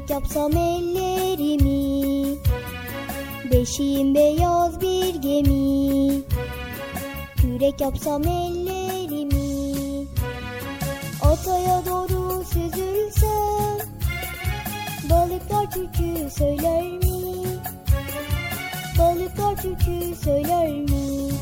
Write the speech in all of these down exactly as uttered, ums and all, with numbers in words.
Kürek yapsam ellerimi, beşiğim beyaz bir gemi. Kürek yapsam ellerimi, ataya doğru süzülsem, balıklar türkü söyler mi? Balıklar türkü söyler mi?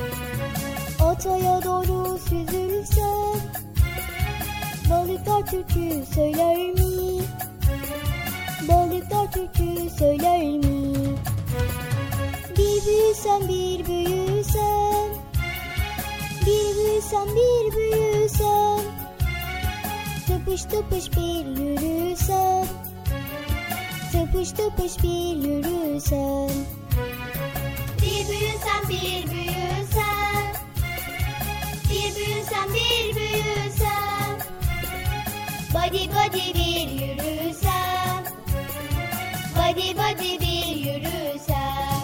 Ataya doğru süzülsem, balıklar türkü söyler mi? Balıklar türkü söyler mi? Bir büyüsem bir büyüsem, bir büyüsem bir büyüsem, tıpış tıpış bir yürüsem, tıpış tıpış bir yürüsem. Bir büyüsem bir büyüsem, bir büyüsem bir büyüsem, body body bir yürüsem, body body bir yürüsem.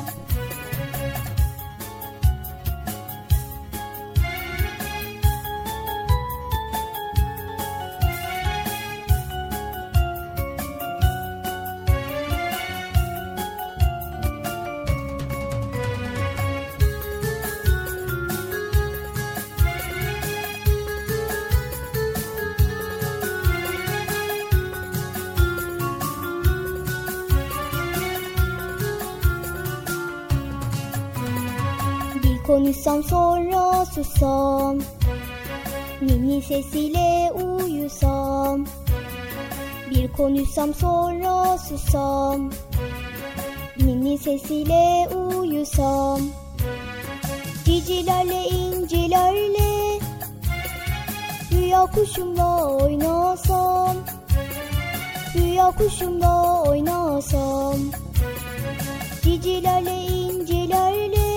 Konuşsam sonra sussam, ninni sesiyle uyusam. Bir konuşsam sonra sussam, ninni sesiyle uyusam. Cicilerle incilerle, rüya kuşumla oynasam, rüya kuşumla oynasam. Cicilerle incilerle,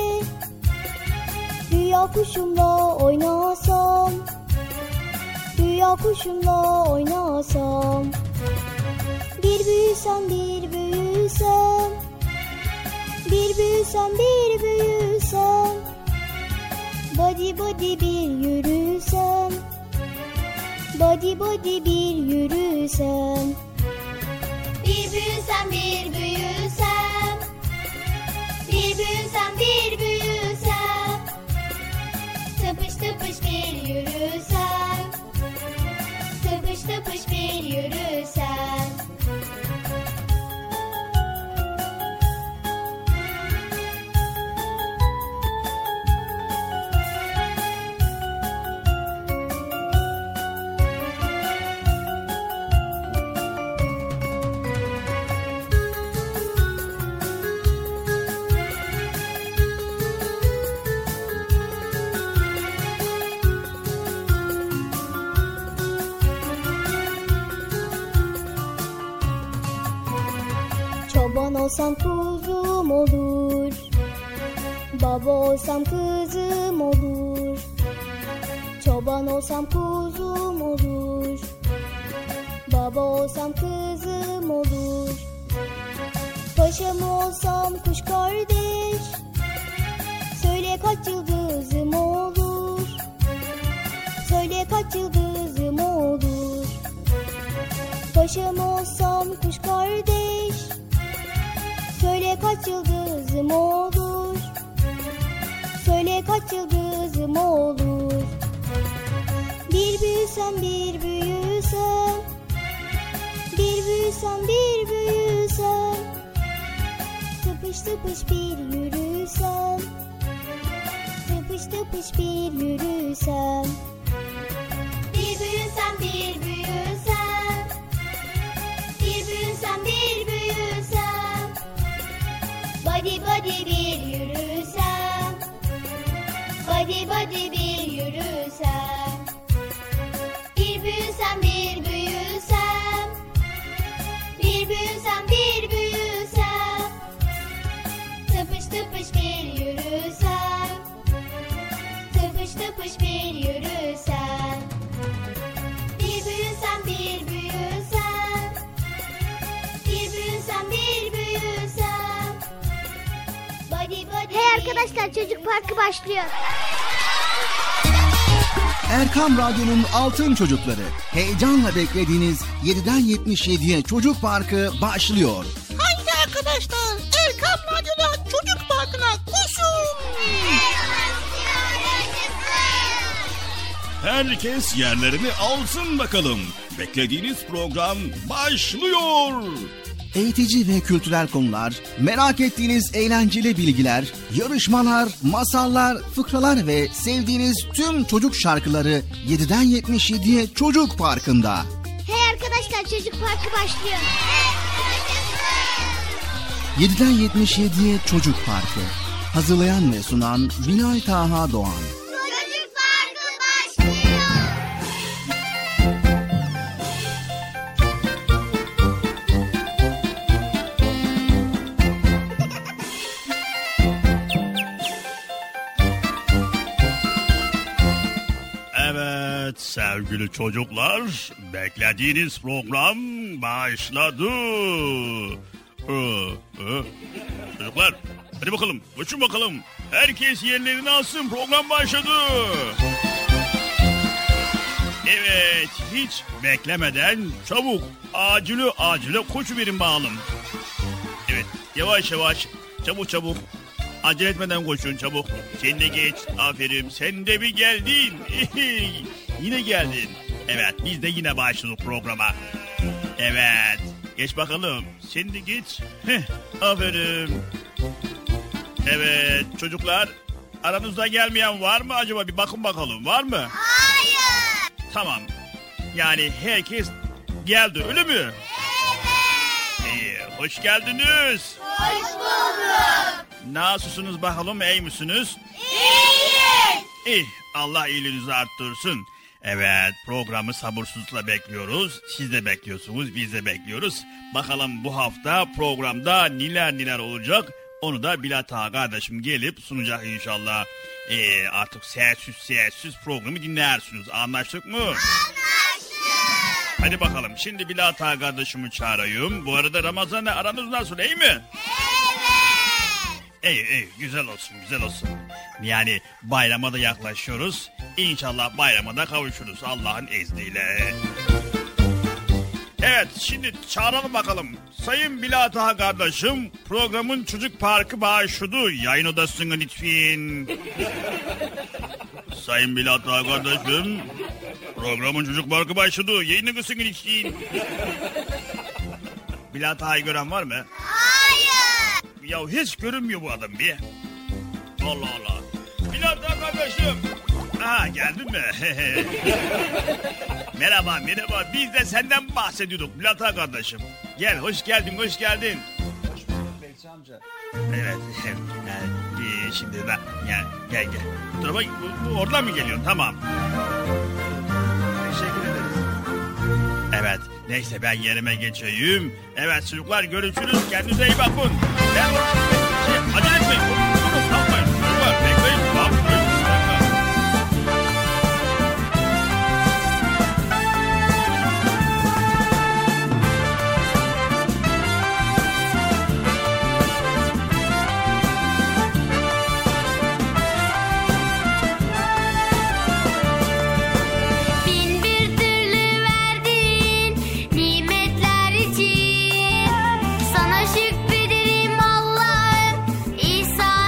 rüya kuşumla oynasam, rüya kuşumla oynasam. Bir büyüsem bir büyüsem, bir büyüsem bir büyüsem, body body bir yürüsem, body body bir yürüsem. Bir büyüsem bir büyüsem, bir büyüsem bir büyüsem, tıpış tıpış bir yürüsem, tıpış tıpış bir yürüsem. Çoban olsam kuzum olur, baba olsam kızım olur. Çoban olsam kuzum olur, baba olsam kızım olur. Paşam olsam kuş kardeş, söyle kaç yıldızım olur, söyle kaç yıldızım olur. Paşam olsam kuş kardeş, söyle kaç yıldızım olur, söyle kaç yıldızım olur. Bir büyüsem bir büyüsem, bir büyüsem bir büyüsem, tıpış tıpış bir yürüsem, tıpış tıpış bir yürüsem. Bir büyüsem bir büyüsem, bir büyüsem bir büyüsem, body body bir yürüsem, body body bir yürüsem. Bir büyüsem bir büyüsem, bir büyüsem bir büyüsem, tıpış tıpış bir yürüsem, tıpış tıpış bir yürüsem. Bir büyüsem bir büyüsem, bir büyüsem bir büyüsem, body body. Hey arkadaşlar, çocuk parkı başlıyor. Erkam Radyo'nun Altın Çocukları. Heyecanla beklediğiniz yediden yetmiş yediye Çocuk Parkı başlıyor. Haydi arkadaşlar, Erkam Radyo'da Çocuk Parkı'na koşun. Herkes yerlerini alsın bakalım. Beklediğiniz program başlıyor. Eğitici ve kültürel konular, merak ettiğiniz eğlenceli bilgiler, yarışmalar, masallar, fıkralar ve sevdiğiniz tüm çocuk şarkıları yediden yetmiş yediye Çocuk Parkı'nda. Hey arkadaşlar, Çocuk Parkı başlıyor. yediden yetmiş yediye Çocuk Parkı. Hazırlayan ve sunan Binay Taha Doğan. Çocuk Parkı başlıyor. Evet sevgili çocuklar, beklediğiniz program başladı. Ee, e. Çocuklar hadi bakalım, koşun bakalım. Herkes yerlerini alsın, program başladı. Evet, hiç beklemeden çabuk acele acele koşuverin bakalım. Evet, yavaş yavaş, çabuk çabuk. Acele etmeden koşun çabuk. Sen de geç. Aferin. Sen de bir geldin. Yine geldin. Evet, biz de yine başladık programa. Evet. Geç bakalım. Sen de geç. Heh, aferin. Evet çocuklar. Aranızda gelmeyen var mı acaba? Bir bakın bakalım. Var mı? Hayır. Tamam. Yani herkes geldi, öyle mi? Evet. İyi. Hoş geldiniz. Hoş bulduk. Nasılsınız bakalım, iyi misiniz? İyiyiz. İyi, Allah iyiliğinizi arttırsın. Evet, programı sabırsızlıkla bekliyoruz. Siz de bekliyorsunuz, biz de bekliyoruz. Bakalım bu hafta programda neler neler olacak, onu da Bilat Ağa kardeşim gelip sunacak inşallah. Ee, artık sessiz sessiz programı dinlersiniz, anlaştık mı? Anlaştık. Hadi bakalım, şimdi Bilat Ağa kardeşimi çağırayım. Bu arada Ramazan'la aranız nasıl, iyi mi? Evet. İyi iyi, güzel olsun güzel olsun. Yani bayrama da yaklaşıyoruz. İnşallah bayrama da kavuşuruz Allah'ın izniyle. Evet, şimdi çağıralım bakalım. Sayın Bilat Ağa kardeşim, programın Çocuk Parkı başladı. Yayın odasına lütfen. Sayın Bilat Ağa kardeşim, programın Çocuk Parkı başladı. Yayın odasına lütfen. Bilat Ağa'yı gören var mı? Hayır. Ya hiç görünmüyor bu adam bir. Allah Allah. Bilat Ağa kardeşim. Aha, geldin mi? Merhaba merhaba. Biz de senden bahsediyorduk Bilat Ağa kardeşim. Gel, hoş geldin hoş geldin. Hoş bulduk Bekçi amca. Evet. Yani, şimdi ben gel gel gel. Bu tarafa, bu, bu oradan mı geliyorsun? Tamam. Teşekkür ederiz. Evet. Neyse ben yerime geçeyim. Evet çocuklar, görüşürüz. Kendinize iyi bakın. Ben şey, acele etmeyin. Durun, kalkmayın. Çocuklar bekleyin. Bakmayın. Bin bir türlü verdiğin nimetler için sana şükrederim Allah'ım. İsa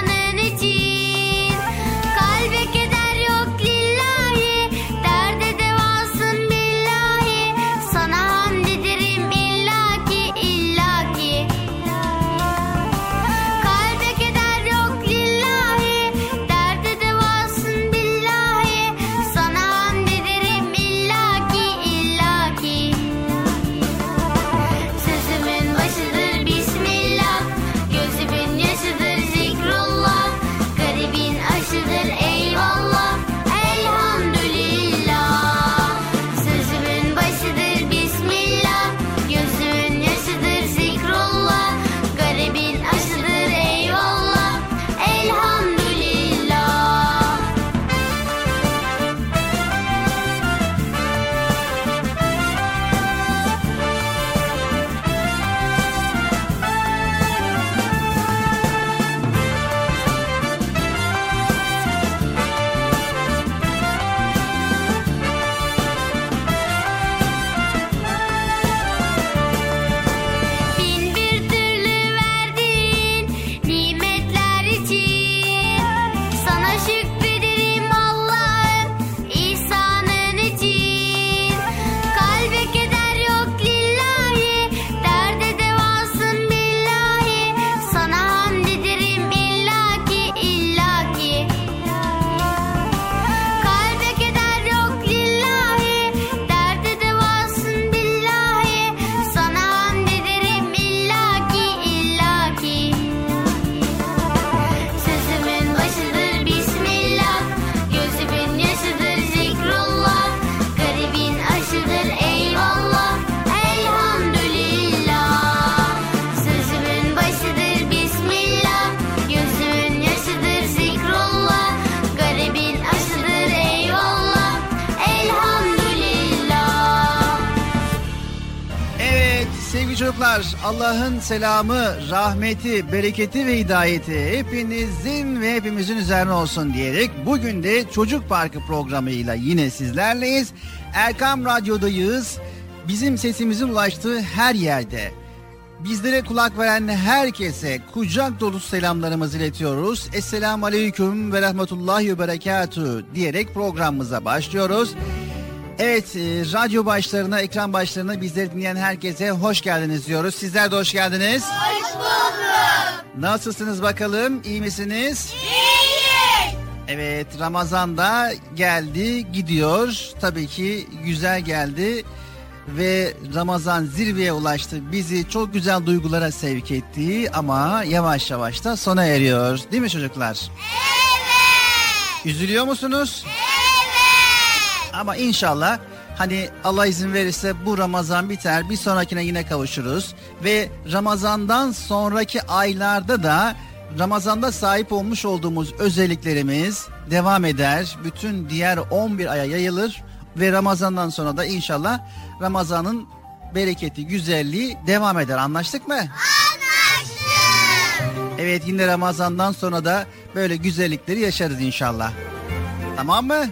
çocuklar, Allah'ın selamı, rahmeti, bereketi ve hidayeti hepinizin ve hepimizin üzerine olsun diyerek bugün de Çocuk Parkı programıyla yine sizlerleyiz. Erkam Radyo'dayız. Bizim sesimizin ulaştığı her yerde bizlere kulak veren herkese kucak dolusu selamlarımızı iletiyoruz. Esselamu Aleyküm ve Rahmetullahi ve Berekatuhu diyerek programımıza başlıyoruz. Evet, radyo başlarına, ekran başlarına bizleri dinleyen herkese hoş geldiniz diyoruz. Sizler de hoş geldiniz. Hoş bulduk. Nasılsınız bakalım, iyi misiniz? İyiyiz. Evet, Ramazan da geldi, gidiyor. Tabii ki güzel geldi ve Ramazan zirveye ulaştı. Bizi çok güzel duygulara sevk etti ama yavaş yavaş da sona eriyor. Değil mi çocuklar? Evet. Üzülüyor musunuz? Evet. Ama inşallah hani Allah izin verirse bu Ramazan biter, bir sonrakine yine kavuşuruz. Ve Ramazan'dan sonraki aylarda da Ramazan'da sahip olmuş olduğumuz özelliklerimiz devam eder. Bütün diğer on bir aya yayılır ve Ramazan'dan sonra da inşallah Ramazan'ın bereketi, güzelliği devam eder. Anlaştık mı? Anlaştık. Evet, yine Ramazan'dan sonra da böyle güzellikleri yaşarız inşallah. Tamam mı?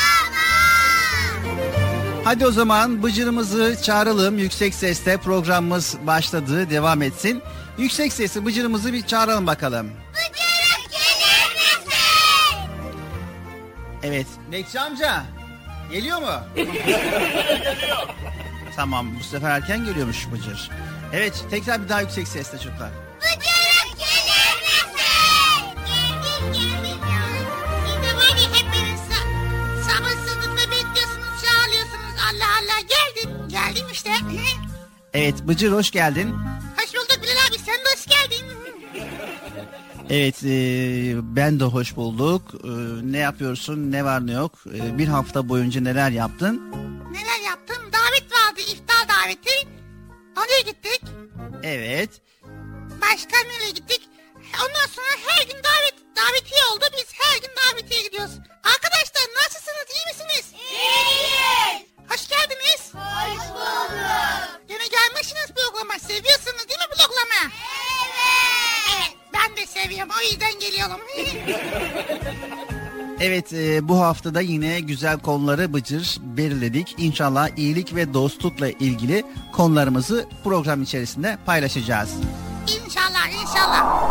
Hadi o zaman Bıcır'ımızı çağıralım. Yüksek sesle programımız başladı, devam etsin. Yüksek sesle Bıcır'ımızı bir çağıralım bakalım. Bıcırık gelir misin? Evet, Bekçi amca geliyor mu? Geliyor. Tamam, bu sefer erken geliyormuş Bıcır. Evet, tekrar bir daha yüksek sesle çocuklar. Bıcırık gelir misin? Geldim geldim ya. Siz de var ya hepiniz sa- sabırsızlıkla bekliyorsunuz, çağırıyorsunuz. Allah Allah, geldim. Geldim işte. Evet, Bıcır hoş geldin. Hoş bulduk Bilal abi, sen de hoş geldin. Evet, e, ben de hoş bulduk. E, ne yapıyorsun, ne var ne yok? E, bir hafta boyunca neler yaptın? Neler yaptım? Davet vardı, iftar daveti. Oraya gittik. Evet. Başka nereye gittik? Ondan sonra her gün davet davetiye oldu. Biz her gün davetiye gidiyoruz. Arkadaşlar nasılsınız? İyi misiniz? İyiyiz. Hoş geldiniz. Hoş bulduk. Yine gelmişsiniz programa. Seviyorsunuz değil mi programı? Evet. Evet. Ben de seviyorum. O yüzden geliyorum. Evet, e, bu haftada yine güzel konuları Bıcır belirledik. İnşallah iyilik ve dostlukla ilgili konularımızı program içerisinde paylaşacağız. İnşallah, inşallah.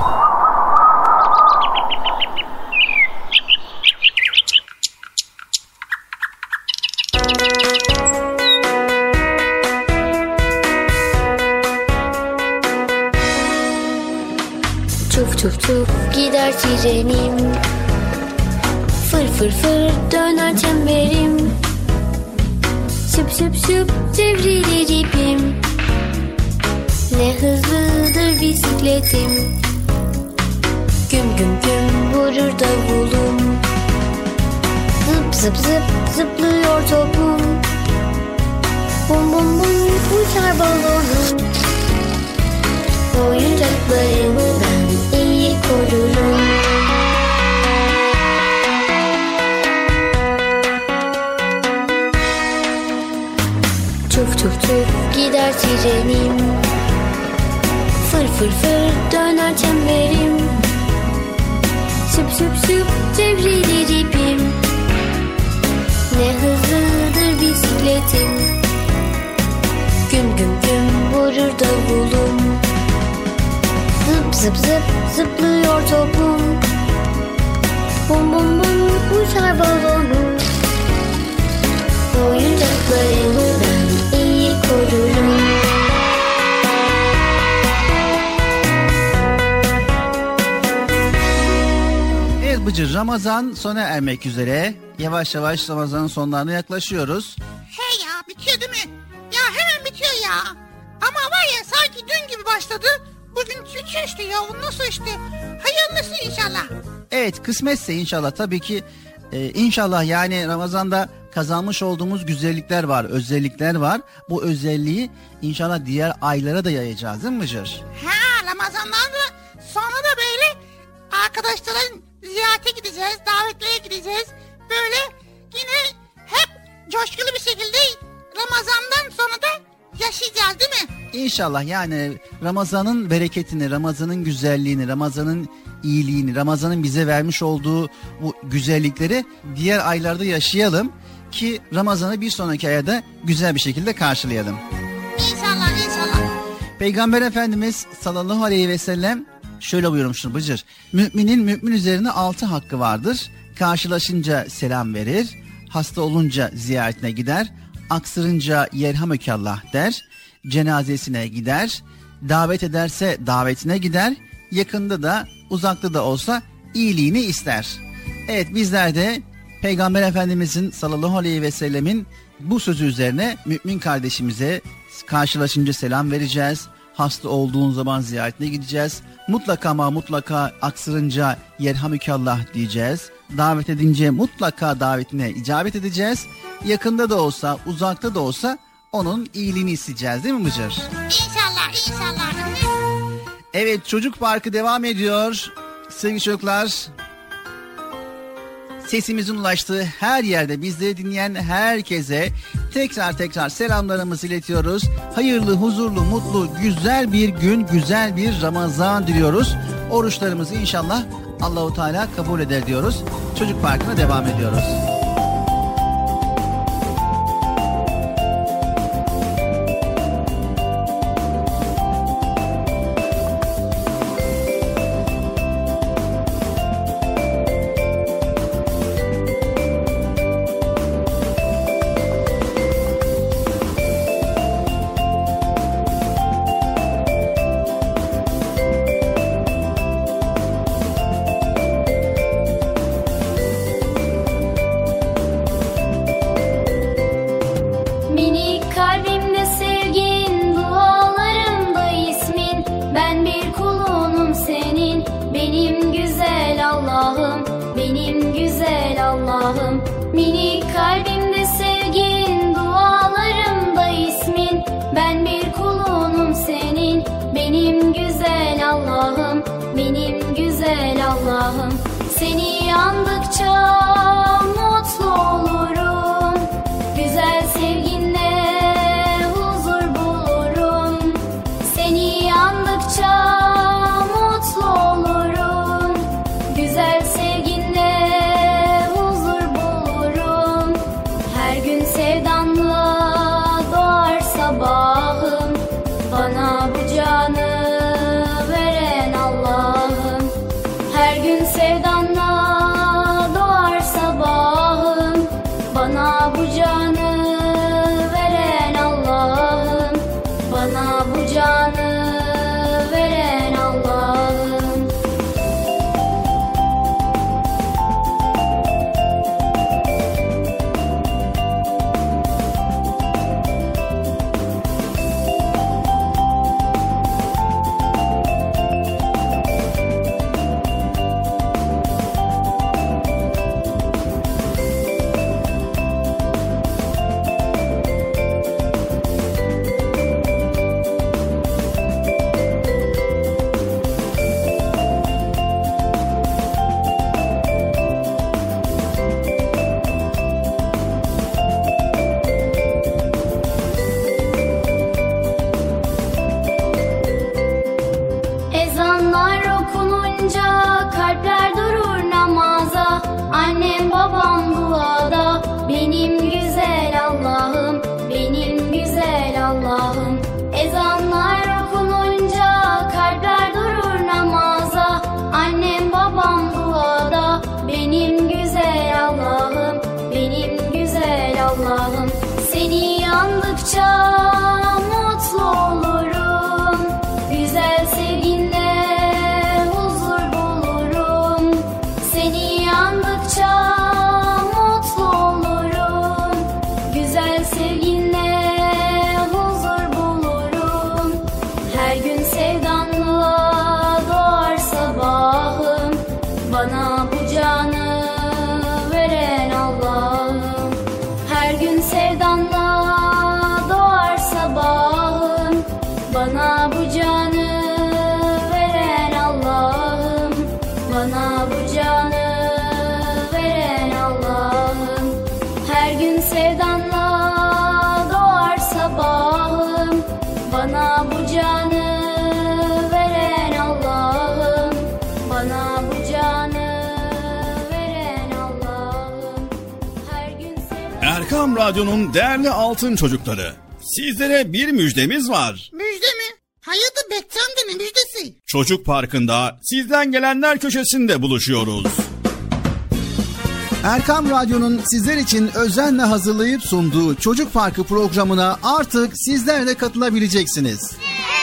Çuf çuf çuf gider trenim, fır fır fır döner çemberim, süp süp süp devrilir ipim, ne hızlıdır bisikletim, güm güm güm vurur davulum, zıp zıp zıp zıplıyor topum, bum bum bum uçar balonum. Oyuncaklarımı ben iyi korurum. Çuf çuf çuf gider trenim, fır fır fır döner çemberim, süp süp süp devrilir ipim, ne hızlıdır bisikletim, güm güm güm vurur davulum, zıp zıp zıp zıplıyor topum, bum bum bum uçar balonum. Oyuncaklarımı ben iyi korurum. Evet Bıcır, Ramazan sona ermek üzere. Yavaş yavaş Ramazan'ın sonlarına yaklaşıyoruz. Hey ya, bitiyor değil mi? Ya hemen bitiyor ya. Ama var ya, sanki dün gibi başladı. Bugün bitiyor işte ya. Nasıl işte? Hayırlısı inşallah. Evet, kısmetse inşallah tabii ki e, inşallah yani Ramazan'da kazanmış olduğumuz güzellikler var, özellikler var. Bu özelliği inşallah diğer aylara da yayacağız değil mi Bıcır? Ha, Ramazan'dan da sonra da böyle arkadaşların ziyarete gideceğiz, davetlere gideceğiz. Böyle yine hep coşkulu bir şekilde Ramazan'dan sonra da yaşayacağız değil mi? İnşallah yani Ramazan'ın bereketini, Ramazan'ın güzelliğini, Ramazan'ın iyiliğini, Ramazan'ın bize vermiş olduğu bu güzellikleri diğer aylarda yaşayalım ki Ramazan'ı bir sonraki ayda güzel bir şekilde karşılayalım. İnşallah, inşallah. Peygamber Efendimiz sallallahu aleyhi ve sellem şöyle buyurmuştur Bıcır. Müminin mümin üzerine altı hakkı vardır. Karşılaşınca selam verir, hasta olunca ziyaretine gider, aksırınca yerhamükallah der, cenazesine gider, davet ederse davetine gider, yakında da uzakta da olsa iyiliğini ister. Evet, bizler de Peygamber Efendimizin sallallahu aleyhi ve sellemin bu sözü üzerine mümin kardeşimize karşılaşınca selam vereceğiz. Hasta olduğun zaman ziyaretine gideceğiz. Mutlaka ama mutlaka aksırınca yerhamükallah diyeceğiz. Davet edince mutlaka davetine icabet edeceğiz. Yakında da olsa, uzakta da olsa onun iyiliğini isteyeceğiz, değil mi Bıcır? İnşallah, inşallah. Evet, Çocuk Parkı devam ediyor. Sevgili çocuklar, sesimizin ulaştığı her yerde bizleri dinleyen herkese tekrar tekrar selamlarımızı iletiyoruz. Hayırlı, huzurlu, mutlu, güzel bir gün, güzel bir Ramazan diliyoruz. Oruçlarımızı inşallah Allahu Teala kabul eder diyoruz. Çocuk Parkı'na devam ediyoruz. Minik kalbimde sevgin, dualarımda ismin. Ben bir kulunum senin, benim güzel Allah'ım, benim güzel Allah'ım. Seni andıkça mutlu olurum, güzel sevginle huzur bulurum. Seni andıkça mutlu olurum, güzel sevginle huzur bulurum. Her gün sevdanla doğar sabahım, bana bu canı veren Allah'ım. Her gün sevdanla doğar sabahım, bana bu canı veren Allah'ım, bana bu canı veren Allah'ım. Ezanlar okununca kalpler durur namaza, annem babam duada, benim güzel Allah'ım, benim güzel Allah'ım. Ezanlar okununca kalpler durur namaza, annem babam duada, benim güzel Allah'ım, benim güzel Allah'ım. Seni andıkça mutlu olurum, güzel sevginle huzur bulurum. Seni andıkça mutlu olurum, güzel sevginle huzur bulurum. Her gün sevdanla doğar sabahım, bana bu canı veren Allah'ım. Her gün sevdanla doğar sabahım, bana bu canı veren Allah'ım, bana bu canı veren Erkam Radyo'nun değerli altın çocukları, sizlere bir müjdemiz var. Müjde mi? Hayırdır Bekçi amca, ne müjdesi? Çocuk Parkı'nda sizden gelenler köşesinde buluşuyoruz. Erkam Radyo'nun sizler için özenle hazırlayıp sunduğu Çocuk Parkı programına artık sizler de katılabileceksiniz.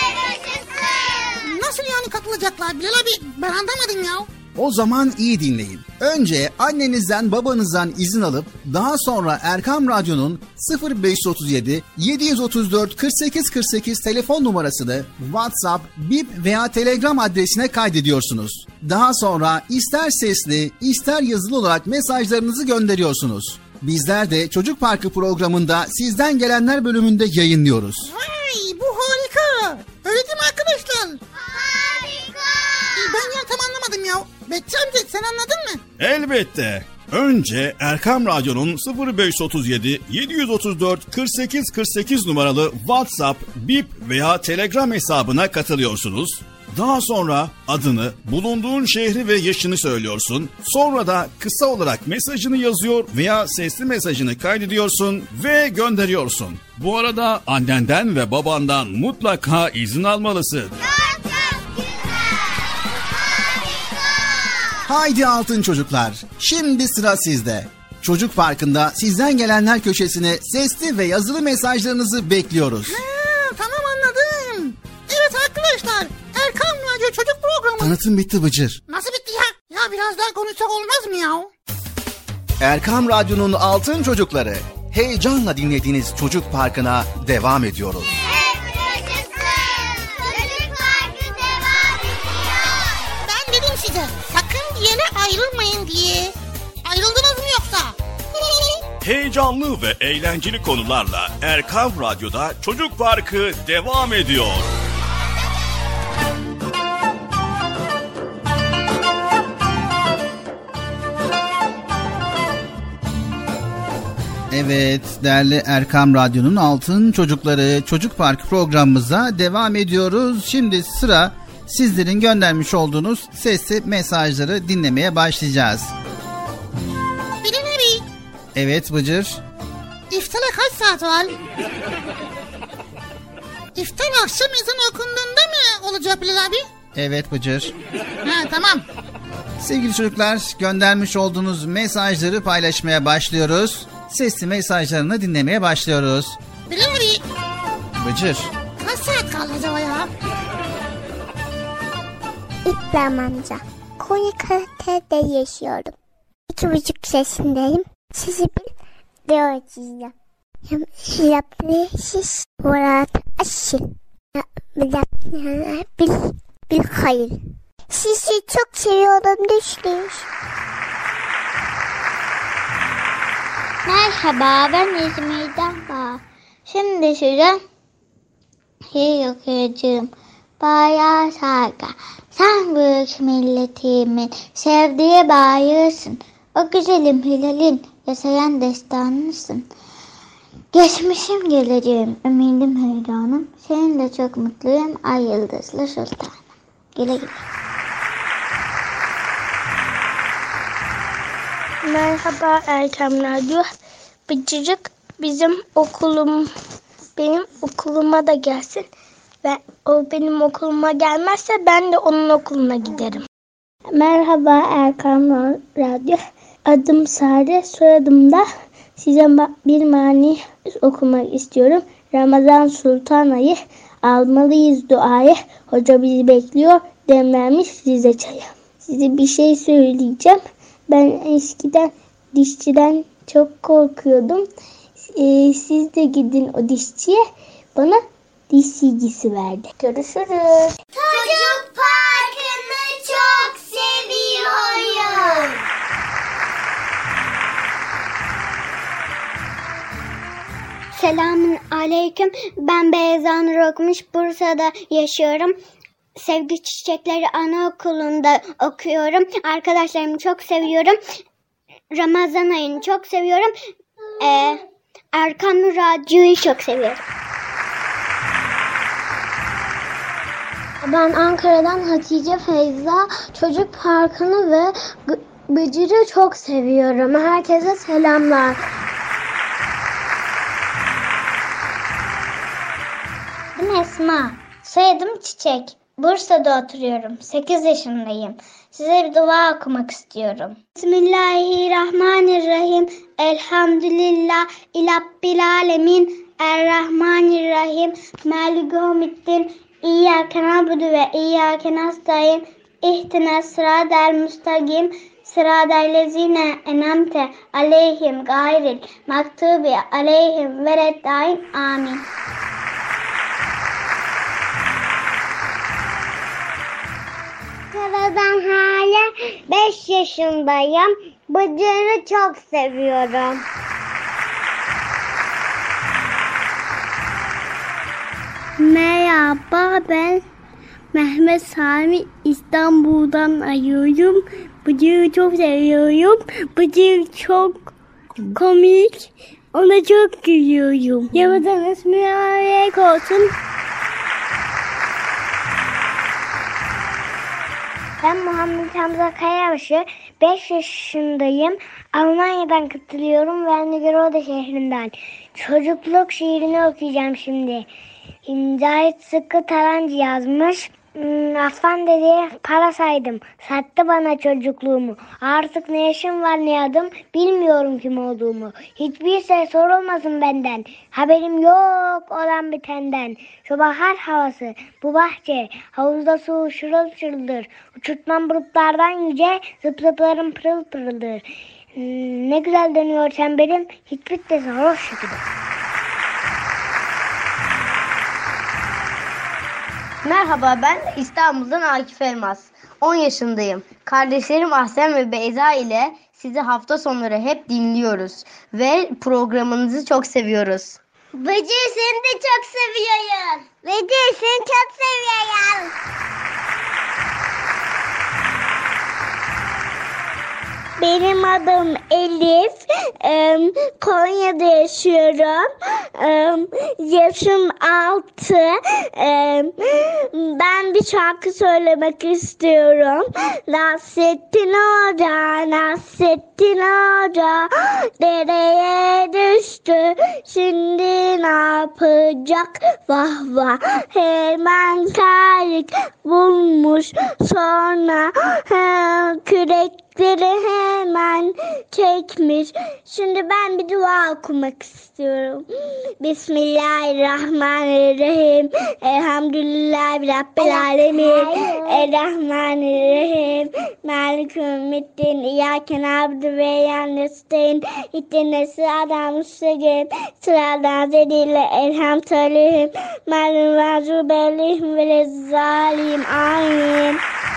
Nasıl yani katılacaklar Bilal abi? Ben anlamadım ya. O zaman iyi dinleyin. Önce annenizden babanızdan izin alıp daha sonra Erkam Radyo'nun sıfır beş otuz yedi yedi otuz dört kırk sekiz kırk sekiz telefon numarasını WhatsApp, Bip veya Telegram adresine kaydediyorsunuz. Daha sonra ister sesli ister yazılı olarak mesajlarınızı gönderiyorsunuz. Bizler de Çocuk Parkı programında sizden gelenler bölümünde yayınlıyoruz. Vay, bu harika. Öyle değil mi arkadaşlar? Harika. Ben ya tam anlamadım ya. Bekçi amca sen anladın mı? Elbette. Önce Erkam Radyo'nun sıfır beş otuz yedi yedi otuz dört kırk sekiz kırk sekiz numaralı WhatsApp, Bip veya Telegram hesabına katılıyorsunuz. Daha sonra adını, bulunduğun şehri ve yaşını söylüyorsun. Sonra da kısa olarak mesajını yazıyor veya sesli mesajını kaydediyorsun ve gönderiyorsun. Bu arada annenden ve babandan mutlaka izin almalısın. Haydi altın çocuklar, şimdi sıra sizde. Çocuk Parkı'nda sizden gelenler köşesine sesli ve yazılı mesajlarınızı bekliyoruz. Ha, tamam anladım. Evet arkadaşlar, Erkam Radyo Çocuk Programı. Tanıtım bitti Bıcır. Nasıl bitti ya? Ya biraz daha konuşsak olmaz mı ya? Erkam Radyo'nun altın çocukları, heyecanla dinlediğiniz Çocuk Parkı'na devam ediyoruz. Ben dedim size, sakın bir yere ayrılmayın diye. Ayrıldınız mı yoksa? Heyecanlı ve eğlenceli konularla Erkam Radyo'da Çocuk Parkı devam ediyor. Evet, değerli Erkam Radyo'nun altın çocukları Çocuk Parkı programımıza devam ediyoruz. Şimdi sıra sizlerin göndermiş olduğunuz sesli mesajları dinlemeye başlayacağız. Bilin abi. Evet Bıcır. İftara kaç saat var? İftar akşam ezan okunduğunda mı olacak Bilal abi? Evet Bıcır. Ha tamam. Sevgili çocuklar, göndermiş olduğunuz mesajları paylaşmaya başlıyoruz. Sesli mesajlarını dinlemeye başlıyoruz. Bilal abi. Bıcır. Kaç saat kaldı acaba ya? İbrahim amca. Konya Karatepe'de yaşıyorum. İki buçuk yaşındayım. Sizi bir video çizeceğim. Yapmışız Murat Aşil. Bil, bil hayır. Sizi çok seviyorum düştüş. Merhaba, ben İzmir'den Bağ. Şimdi size şiir okuyacağım. Bayağı Sarga, sen büyük milletimin sevdiği bayırsın. O güzelim hilalin yaşayan destanısın. Geçmişim geleceğim, ümidim heyranım. Seninle çok mutluyum, ay yıldızlı sultanım. Güle güle. Merhaba Erkam Radyo. Bıcırık bizim okulum, benim okuluma da gelsin. Ve o benim okuluma gelmezse ben de onun okuluna giderim. Merhaba Erkam Radyo. Adım Sare, soyadım da size bir mani okumak istiyorum. Ramazan Sultan ayı, almalıyız duayı. Hoca bizi bekliyor, demlenmiş Rize çayı. Size bir şey söyleyeceğim. Ben eskiden dişçiden çok korkuyordum. Ee, siz de gidin o dişçiye, bana diş silgisi verdi. Görüşürüz. Çocuk Parkı'nı çok seviyorum. Selamun aleyküm. Ben Beyza Nur Okumuş. Bursa'da yaşıyorum. Sevgi Çiçekleri Anaokulu'nda okuyorum. Arkadaşlarımı çok seviyorum. Ramazan ayını çok seviyorum. Ee, Erkam Radyo'yu çok seviyorum. Ben Ankara'dan Hatice Feyza. Çocuk Parkı'nı ve Bıcır'ı çok seviyorum. Herkese selamlar. Adım Esma. Soyadım Çiçek. Bursa'da oturuyorum. sekiz yaşındayım. Size bir dua okumak istiyorum. Bismillahirrahmanirrahim. Elhamdülillah ilabbil alemin. Errahmanirrahim. Malik yevmiddin. İyyâke na'budu ve iyyâke nestaîn. İhdines sıratal müstakîm. Sıratal lezîne en'amte aleyhim gayril mağdubi aleyhim veleddâin. Amin. Ben hala beş yaşındayım. Bıcır'ı çok seviyorum. Merhaba, ben Mehmet Sami, İstanbul'dan arıyorum. Bıcır'ı çok seviyorum. Bıcır çok komik. Ona çok gülüyorum. Ramazanınız mübarek olsun. Ben Muhammed Hamza Kayabaşı, beş yaşındayım. Almanya'dan katılıyorum ve Nigarode şehrinden. Çocukluk şiirini okuyacağım şimdi. Cahit Sıkkı Tarancı yazmış. Aslan dedeye para saydım. Sattı bana çocukluğumu. Artık ne yaşım var ne adım. Bilmiyorum kim olduğumu. Hiçbir şey sorulmasın benden. Haberim yok olan bitenden. Şu bahar havası, bu bahçe. Havuzda su şırıl şırıldır. Uçurtmam bulutlardan yüce. Zıp zıplarım pırıl pırıldır. Hmm, ne güzel dönüyor çemberim. Hiç bitmesi hoş gibi. Merhaba, ben İstanbul'dan Akif Elmas. on yaşındayım. Kardeşlerim Ahsen ve Beyza ile sizi hafta sonları hep dinliyoruz. Ve programınızı çok seviyoruz. Bıcır seni de çok seviyorum. Bıcır seni çok seviyorum. Benim adım Elif. Ee, Konya'da yaşıyorum. Ee, yaşım altı. Ee, ben bir şarkı söylemek istiyorum. Nasrettin Hoca, Nasrettin Hoca dereye düştü. Şimdi ne yapacak? Vah vah. Hemen kayık bulmuş. Sonra he, kürek hemen çekmiş. Şimdi ben bir dua okumak istiyorum. Bismillahirrahmanirrahim. Elhamdülillahi Rabbil alemin. Errahmanirrahim. Malik yevmiddin. İyyâke na'budu ve iyyâke nestaîn. İhdines sıratal müstakîm. Sıratal lezîne en'amte aleyhim ghayril mağdubi aleyhim veleddâllîn. Amin.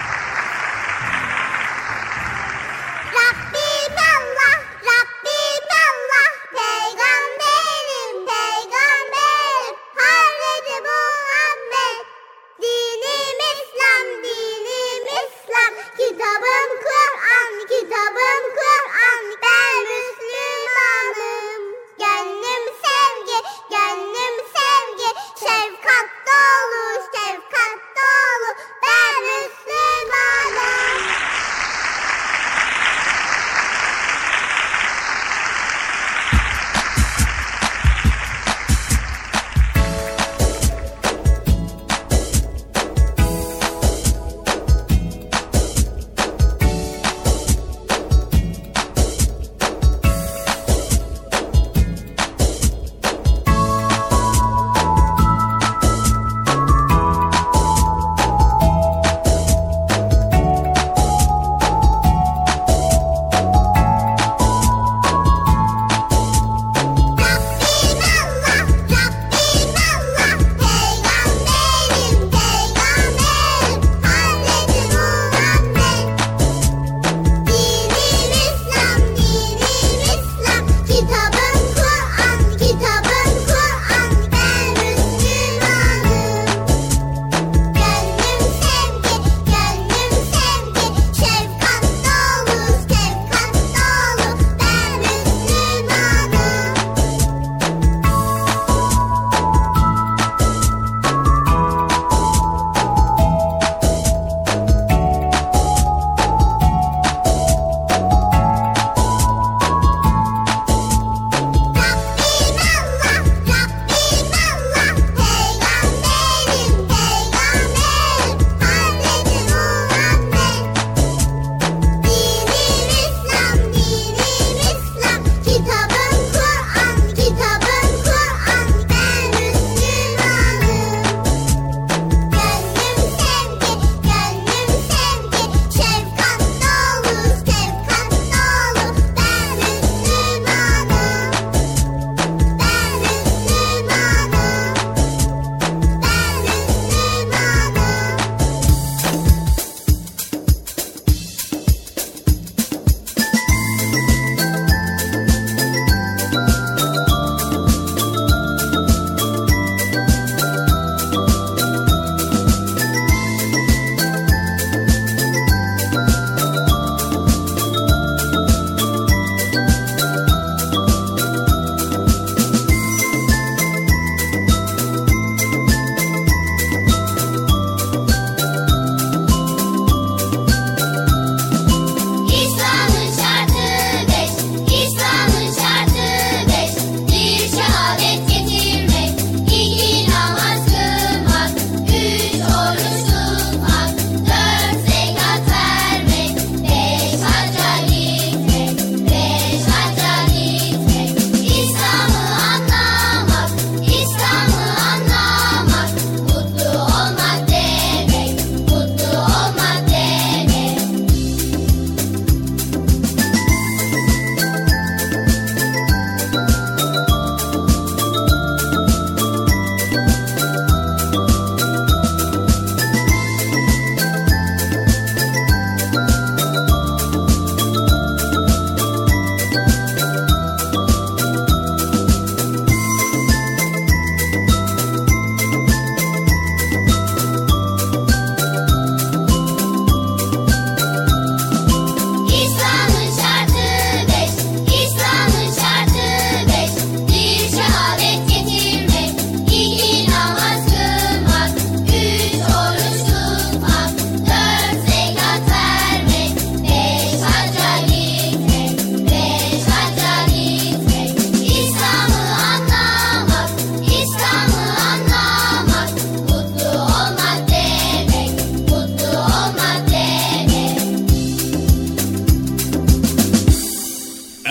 Kitabım Kur'an, kitabım Kur'an, ben Müslümanım. Gönlüm sevgi, gönlüm sevgi, şefkat dolu, şefkat dolu, ben Müslümanım.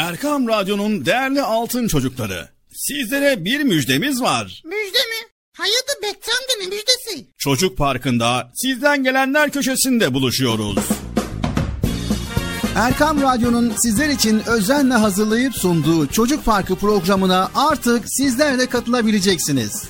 Erkam Radyo'nun değerli altın çocukları, sizlere bir müjdemiz var. Müjde mi? Hayırdır Bekçi amca, ne müjdesi? Çocuk Parkı'nda sizden gelenler köşesinde buluşuyoruz. Erkam Radyo'nun sizler için özenle hazırlayıp sunduğu Çocuk Parkı programına artık sizler de katılabileceksiniz.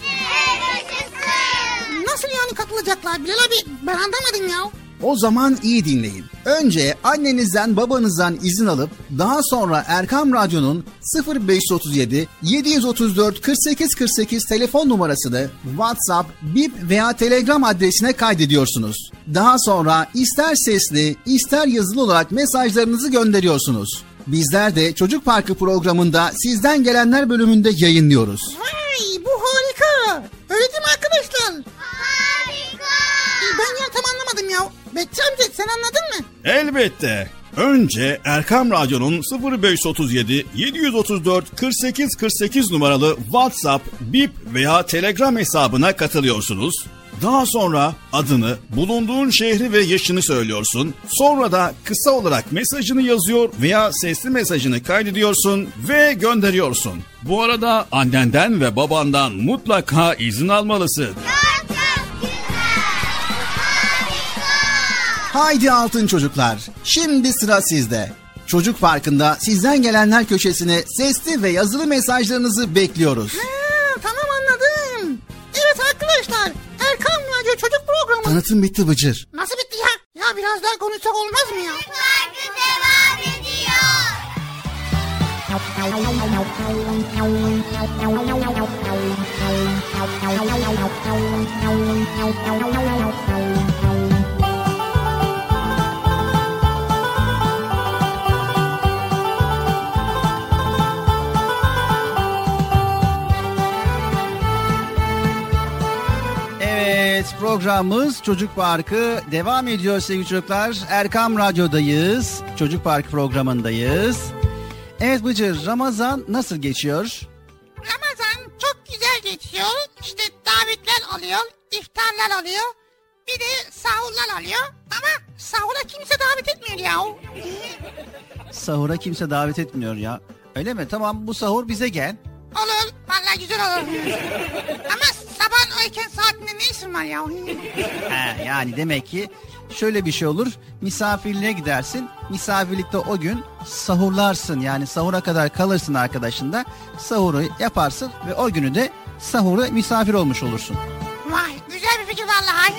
Nasıl yani katılacaklar Bilal abi? Ben anlamadım ya. O zaman iyi dinleyin. Önce annenizden babanızdan izin alıp daha sonra Erkam Radyo'nun sıfır beş otuz yedi yedi otuz dört kırk sekiz kırk sekiz telefon numarasını WhatsApp, Bip veya Telegram adresine kaydediyorsunuz. Daha sonra ister sesli ister yazılı olarak mesajlarınızı gönderiyorsunuz. Bizler de Çocuk Parkı programında sizden gelenler bölümünde yayınlıyoruz. Vay, bu harika. Öyle değil mi arkadaşlar? Harika. Ben ya tam anlamadım ya. Bekçi amca sen anladın mı? Elbette. Önce Erkam Radyo'nun sıfır beş otuz yedi yedi otuz dört kırk sekiz kırk sekiz numaralı WhatsApp, Bip veya Telegram hesabına katılıyorsunuz. Daha sonra adını, bulunduğun şehri ve yaşını söylüyorsun. Sonra da kısa olarak mesajını yazıyor veya sesli mesajını kaydediyorsun ve gönderiyorsun. Bu arada annenden ve babandan mutlaka izin almalısın. Haydi altın çocuklar, şimdi sıra sizde. Çocuk Parkı'nda sizden gelenler köşesine sesli ve yazılı mesajlarınızı bekliyoruz. Ha, tamam anladım. Evet arkadaşlar, Erkam Radyo Çocuk Programı. Tanıtım bitti Bıcır. Nasıl bitti ya? Ya biraz daha konuşsak olmaz mı ya? Parkı devam ediyor. Evet, programımız Çocuk Parkı devam ediyor sevgili çocuklar. Erkam Radyo'dayız. Çocuk Parkı programındayız. Evet Bıcır, Ramazan nasıl geçiyor? Ramazan çok güzel geçiyor. İşte davetler alıyor, iftarlar alıyor. Bir de sahurlar alıyor. Ama sahura kimse davet etmiyor ya. Sahura kimse davet etmiyor ya. Öyle mi? Tamam, bu sahur bize gel. Olur, vallahi güzel olur. Ama sabahın o erken saatinde ne işin var ya? He, yani demek ki şöyle bir şey olur. Misafirliğe gidersin. Misafirlikte o gün sahurlarsın. Yani sahura kadar kalırsın arkadaşınla. Sahuru yaparsın ve o günü de sahura misafir olmuş olursun. Vay, güzel bir fikir vallahi.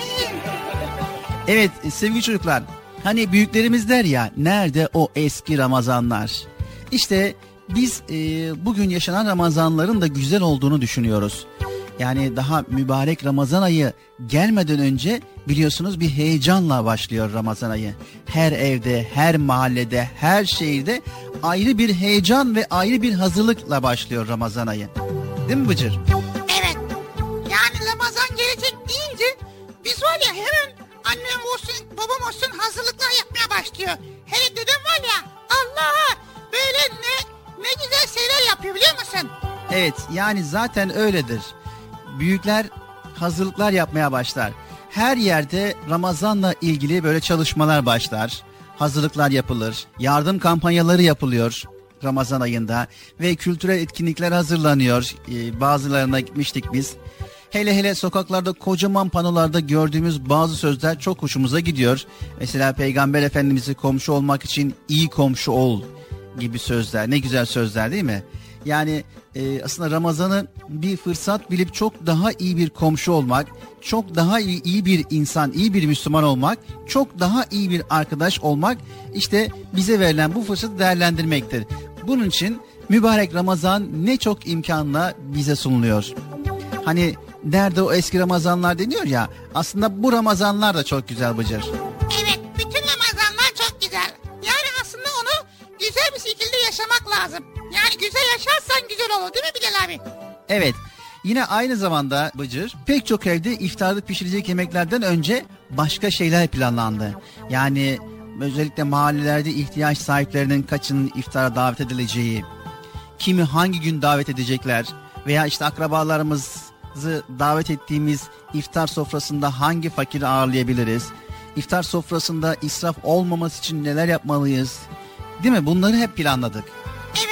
Evet sevgili çocuklar. Hani büyüklerimiz der ya, nerede o eski Ramazanlar? İşte biz e, bugün yaşanan Ramazanların da güzel olduğunu düşünüyoruz. Yani daha mübarek Ramazan ayı gelmeden önce biliyorsunuz bir heyecanla başlıyor Ramazan ayı. Her evde, her mahallede, her şehirde ayrı bir heyecan ve ayrı bir hazırlıkla başlıyor Ramazan ayı. Değil mi Bıcır? Evet. Yani Ramazan gelecek deyince biz var ya hemen annem olsun, babam olsun hazırlıklar yapmaya başlıyor. Hele dedem var ya, Allah'a böyle ne ne güzel şeyler yapıyor biliyor musun? Evet, yani zaten öyledir. Büyükler hazırlıklar yapmaya başlar. Her yerde Ramazan'la ilgili böyle çalışmalar başlar. Hazırlıklar yapılır. Yardım kampanyaları yapılıyor Ramazan ayında. Ve kültürel etkinlikler hazırlanıyor. Ee, bazılarına gitmiştik biz. Hele hele sokaklarda kocaman panolarda gördüğümüz bazı sözler çok hoşumuza gidiyor. Mesela Peygamber Efendimiz'i komşu olmak için iyi komşu ol gibi sözler. Ne güzel sözler değil mi? Yani e, aslında Ramazan'ı bir fırsat bilip çok daha iyi bir komşu olmak, çok daha iyi, iyi bir insan, iyi bir Müslüman olmak, çok daha iyi bir arkadaş olmak işte bize verilen bu fırsatı değerlendirmektir. Bunun için mübarek Ramazan ne çok imkanla bize sunuluyor. Hani nerede o eski Ramazanlar deniyor ya, aslında bu Ramazanlar da çok güzel Bıcır. Evet, bütün Ramazanlar çok güzel. Yani aslında onu güzel bir şekilde yaşamak lazım. Yani güzel yaşarsan güzel olur değil mi Bilal abi? Evet. Yine aynı zamanda Bıcır, pek çok evde iftarda pişirecek yemeklerden önce başka şeyler planlandı. Yani özellikle mahallelerde ihtiyaç sahiplerinin kaçının iftara davet edileceği, kimi hangi gün davet edecekler veya işte akrabalarımızı davet ettiğimiz iftar sofrasında hangi fakiri ağırlayabiliriz? İftar sofrasında israf olmaması için neler yapmalıyız? Değil mi? Bunları hep planladık. Evet,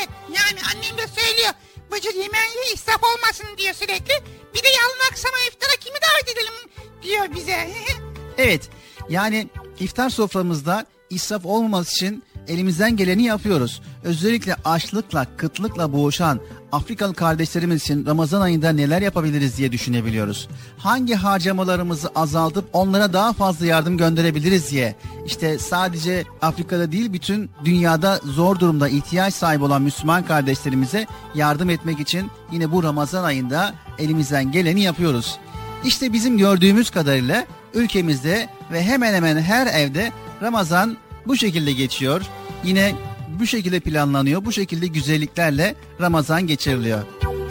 yani annem de söylüyor. Bıcır yemeği israf olmasın diyor sürekli. Bir de yarın akşama iftara kimi davet edelim diyor bize. Evet, yani iftar soframızda israf olmaması için elimizden geleni yapıyoruz. Özellikle açlıkla, kıtlıkla boğuşan Afrikalı kardeşlerimiz için Ramazan ayında neler yapabiliriz diye düşünebiliyoruz. Hangi harcamalarımızı azaltıp onlara daha fazla yardım gönderebiliriz diye. İşte sadece Afrika'da değil, bütün dünyada zor durumda ihtiyaç sahibi olan Müslüman kardeşlerimize yardım etmek için yine bu Ramazan ayında elimizden geleni yapıyoruz. İşte bizim gördüğümüz kadarıyla ülkemizde ve hemen hemen her evde Ramazan bu şekilde geçiyor. Yine bu şekilde planlanıyor. Bu şekilde güzelliklerle Ramazan geçiriliyor.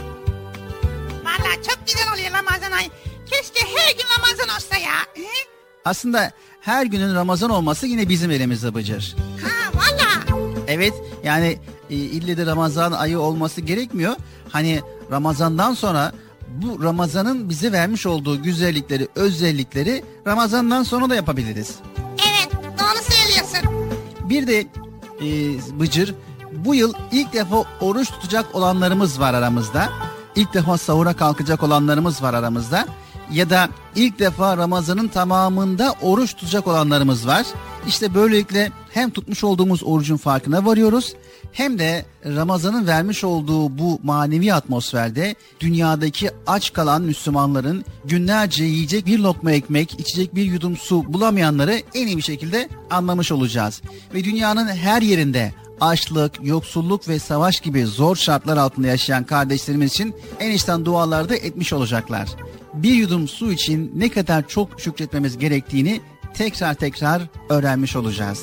Vallahi çok güzel oluyor Ramazan ayı. Keşke her gün Ramazan olsa ya. Aslında her günün Ramazan olması yine bizim elimizde Bıcır. Ha valla. Evet, yani e, ille de Ramazan ayı olması gerekmiyor. Hani Ramazan'dan sonra bu Ramazan'ın bize vermiş olduğu güzellikleri, özellikleri Ramazan'dan sonra da yapabiliriz. Evet, doğru söylüyorsun. Bir de e, Bıcır, bu yıl ilk defa oruç tutacak olanlarımız var aramızda. İlk defa sahura kalkacak olanlarımız var aramızda. Ya da ilk defa Ramazan'ın tamamında oruç tutacak olanlarımız var. İşte böylelikle hem tutmuş olduğumuz orucun farkına varıyoruz, hem de Ramazan'ın vermiş olduğu bu manevi atmosferde dünyadaki aç kalan Müslümanların günlerce yiyecek bir lokma ekmek, içecek bir yudum su bulamayanları en iyi bir şekilde anlamış olacağız. Ve dünyanın her yerinde açlık, yoksulluk ve savaş gibi zor şartlar altında yaşayan kardeşlerimiz için en içten dualar da etmiş olacaklar. Bir yudum su için ne kadar çok şükretmemiz gerektiğini tekrar tekrar öğrenmiş olacağız.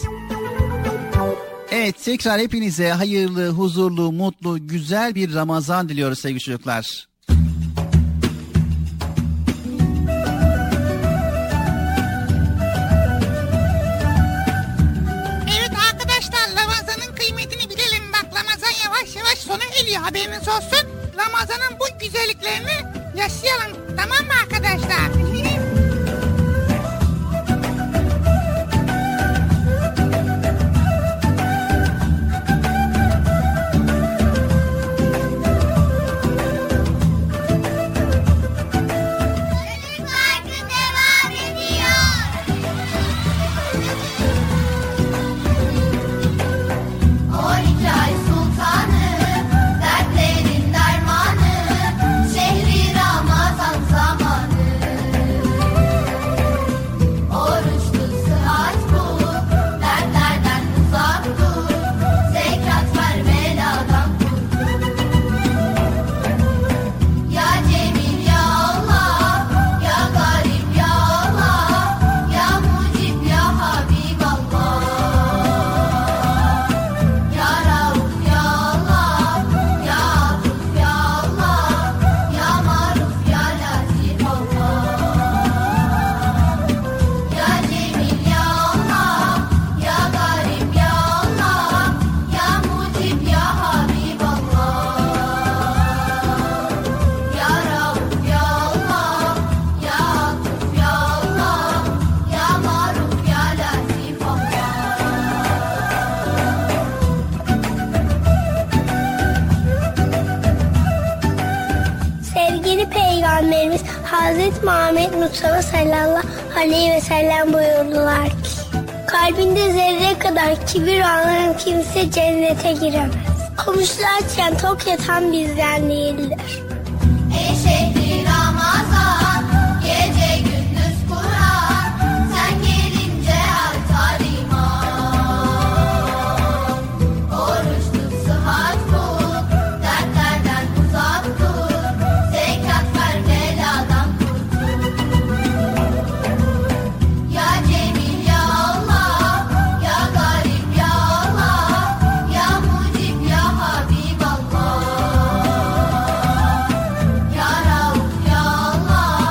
Evet, tekrar hepinize hayırlı, huzurlu, mutlu, güzel bir Ramazan diliyoruz sevgili çocuklar. Evet arkadaşlar, Ramazan'ın kıymetini bilelim. Bak, Ramazan yavaş yavaş sona geliyor, haberiniz olsun. Ramazan'ın bu güzelliklerini yaşayalım, tamam mı arkadaşlar? Peygamberimiz Hazreti Muhammed Mustafa sallallahu aleyhi ve sellem buyurdular ki, kalbinde zerre kadar kibir olan kimse cennete giremez. Komşular açken tok yatan bizden değildir. Ey şehri Ramazan, gece gündüz Kur'an, sen gelince artar iman. Oruç tut, sıhhat bul, dertlerden uzak dur, zekat ver, beladan kurtul. Ya Cemil ya Allah, ya Garip ya Allah, ya Mucib ya Habiballah. Ya Rauf ya Allah,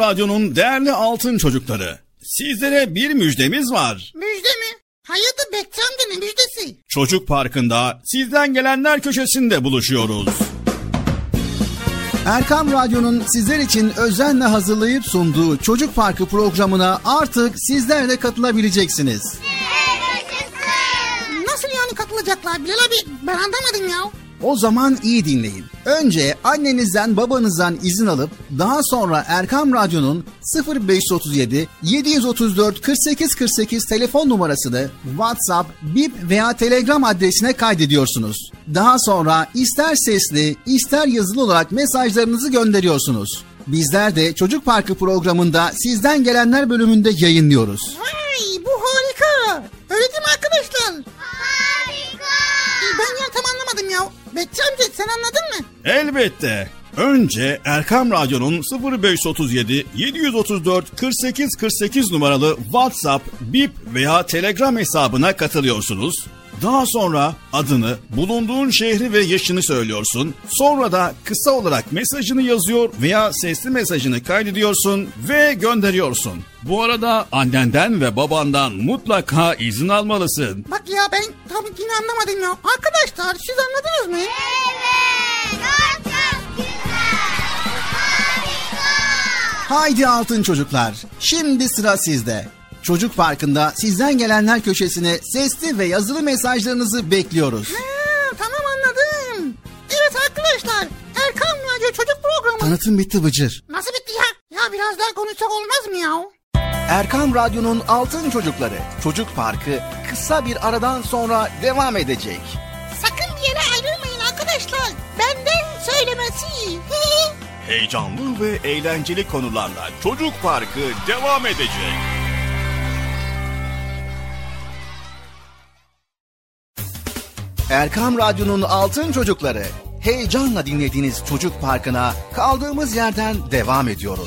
Radyo'nun değerli altın çocukları, sizlere bir müjdemiz var. Müjde mi? Hayırdır Bekçi amca, ne müjdesi? Çocuk Parkı'nda sizden gelenler köşesinde buluşuyoruz. Erkam Radyo'nun sizler için özenle hazırlayıp sunduğu Çocuk Parkı programına artık sizler de katılabileceksiniz. Nasıl yani katılacaklar Bilal abi? Ben anlamadım ya. O zaman iyi dinleyin. Önce annenizden babanızdan izin alıp daha sonra Erkam Radyo'nun sıfır beş otuz yedi yedi otuz dört kırk sekiz kırk sekiz telefon numarasını WhatsApp, Bip veya Telegram adresine kaydediyorsunuz. Daha sonra ister sesli ister yazılı olarak mesajlarınızı gönderiyorsunuz. Bizler de Çocuk Parkı programında sizden gelenler bölümünde yayınlıyoruz. Vay, bu harika. Öyle değil mi arkadaşlar? Harika. Ben ya tam anlamadım ya. Bekçi amca sen anladın mı? Elbette. Önce Erkam Radyo'nun sıfır beş otuz yedi yedi otuz dört kırk sekiz kırk sekiz numaralı WhatsApp, Bip veya Telegram hesabına katılıyorsunuz. Daha sonra adını, bulunduğun şehri ve yaşını söylüyorsun. Sonra da kısa olarak mesajını yazıyor veya sesli mesajını kaydediyorsun ve gönderiyorsun. Bu arada annenden ve babandan mutlaka izin almalısın. Bak ya ben tabii yine anlamadım ya. Arkadaşlar siz anladınız mı? Evet. Çok güzel. Harika. Haydi altın çocuklar, şimdi sıra sizde. Çocuk Parkı'nda sizden gelenler köşesine sesli ve yazılı mesajlarınızı bekliyoruz. Ha, tamam anladım. Evet arkadaşlar, Erkam Radyo Çocuk Programı. Tanıtım bitti Bıcır. Nasıl bitti ya? Ya biraz daha konuşsak olmaz mı ya? Erkam Radyo'nun altın çocukları Çocuk Parkı kısa bir aradan sonra devam edecek. Sakın bir yere ayrılmayın arkadaşlar. Benden söylemesi. Heyecanlı ve eğlenceli konularla Çocuk Parkı devam edecek. Erkam Radyo'nun altın çocukları, heyecanla dinlediğiniz Çocuk Parkı'na kaldığımız yerden devam ediyoruz.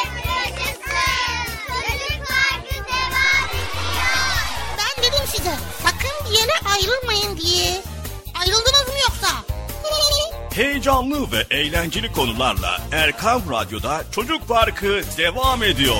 Ben dedim size sakın bir yere ayrılmayın diye. Ayrıldınız mı yoksa? Heyecanlı ve eğlenceli konularla Erkam Radyo'da Çocuk Parkı devam ediyor.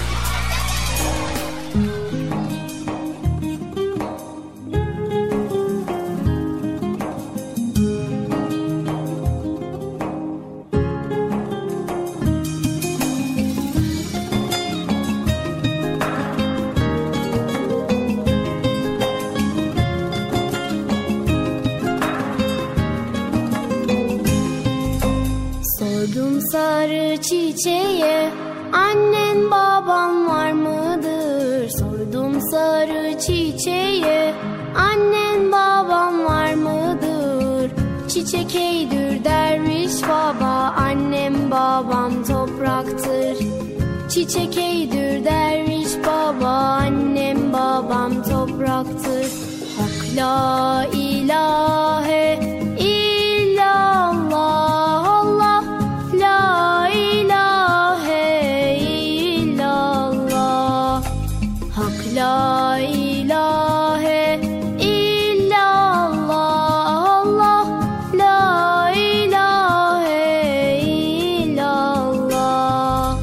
Sarı çiçeğe annen baban var mıdır? Sordum sarı çiçeğe annen baban var mıdır? Çiçek eydür derviş baba, annem babam topraktır. Çiçek eydür derviş baba, annem babam topraktır. Hak la ilahe illallah, Allah la ilahe illallah. Hak la ilahe illallah, Allah la ilahe illallah.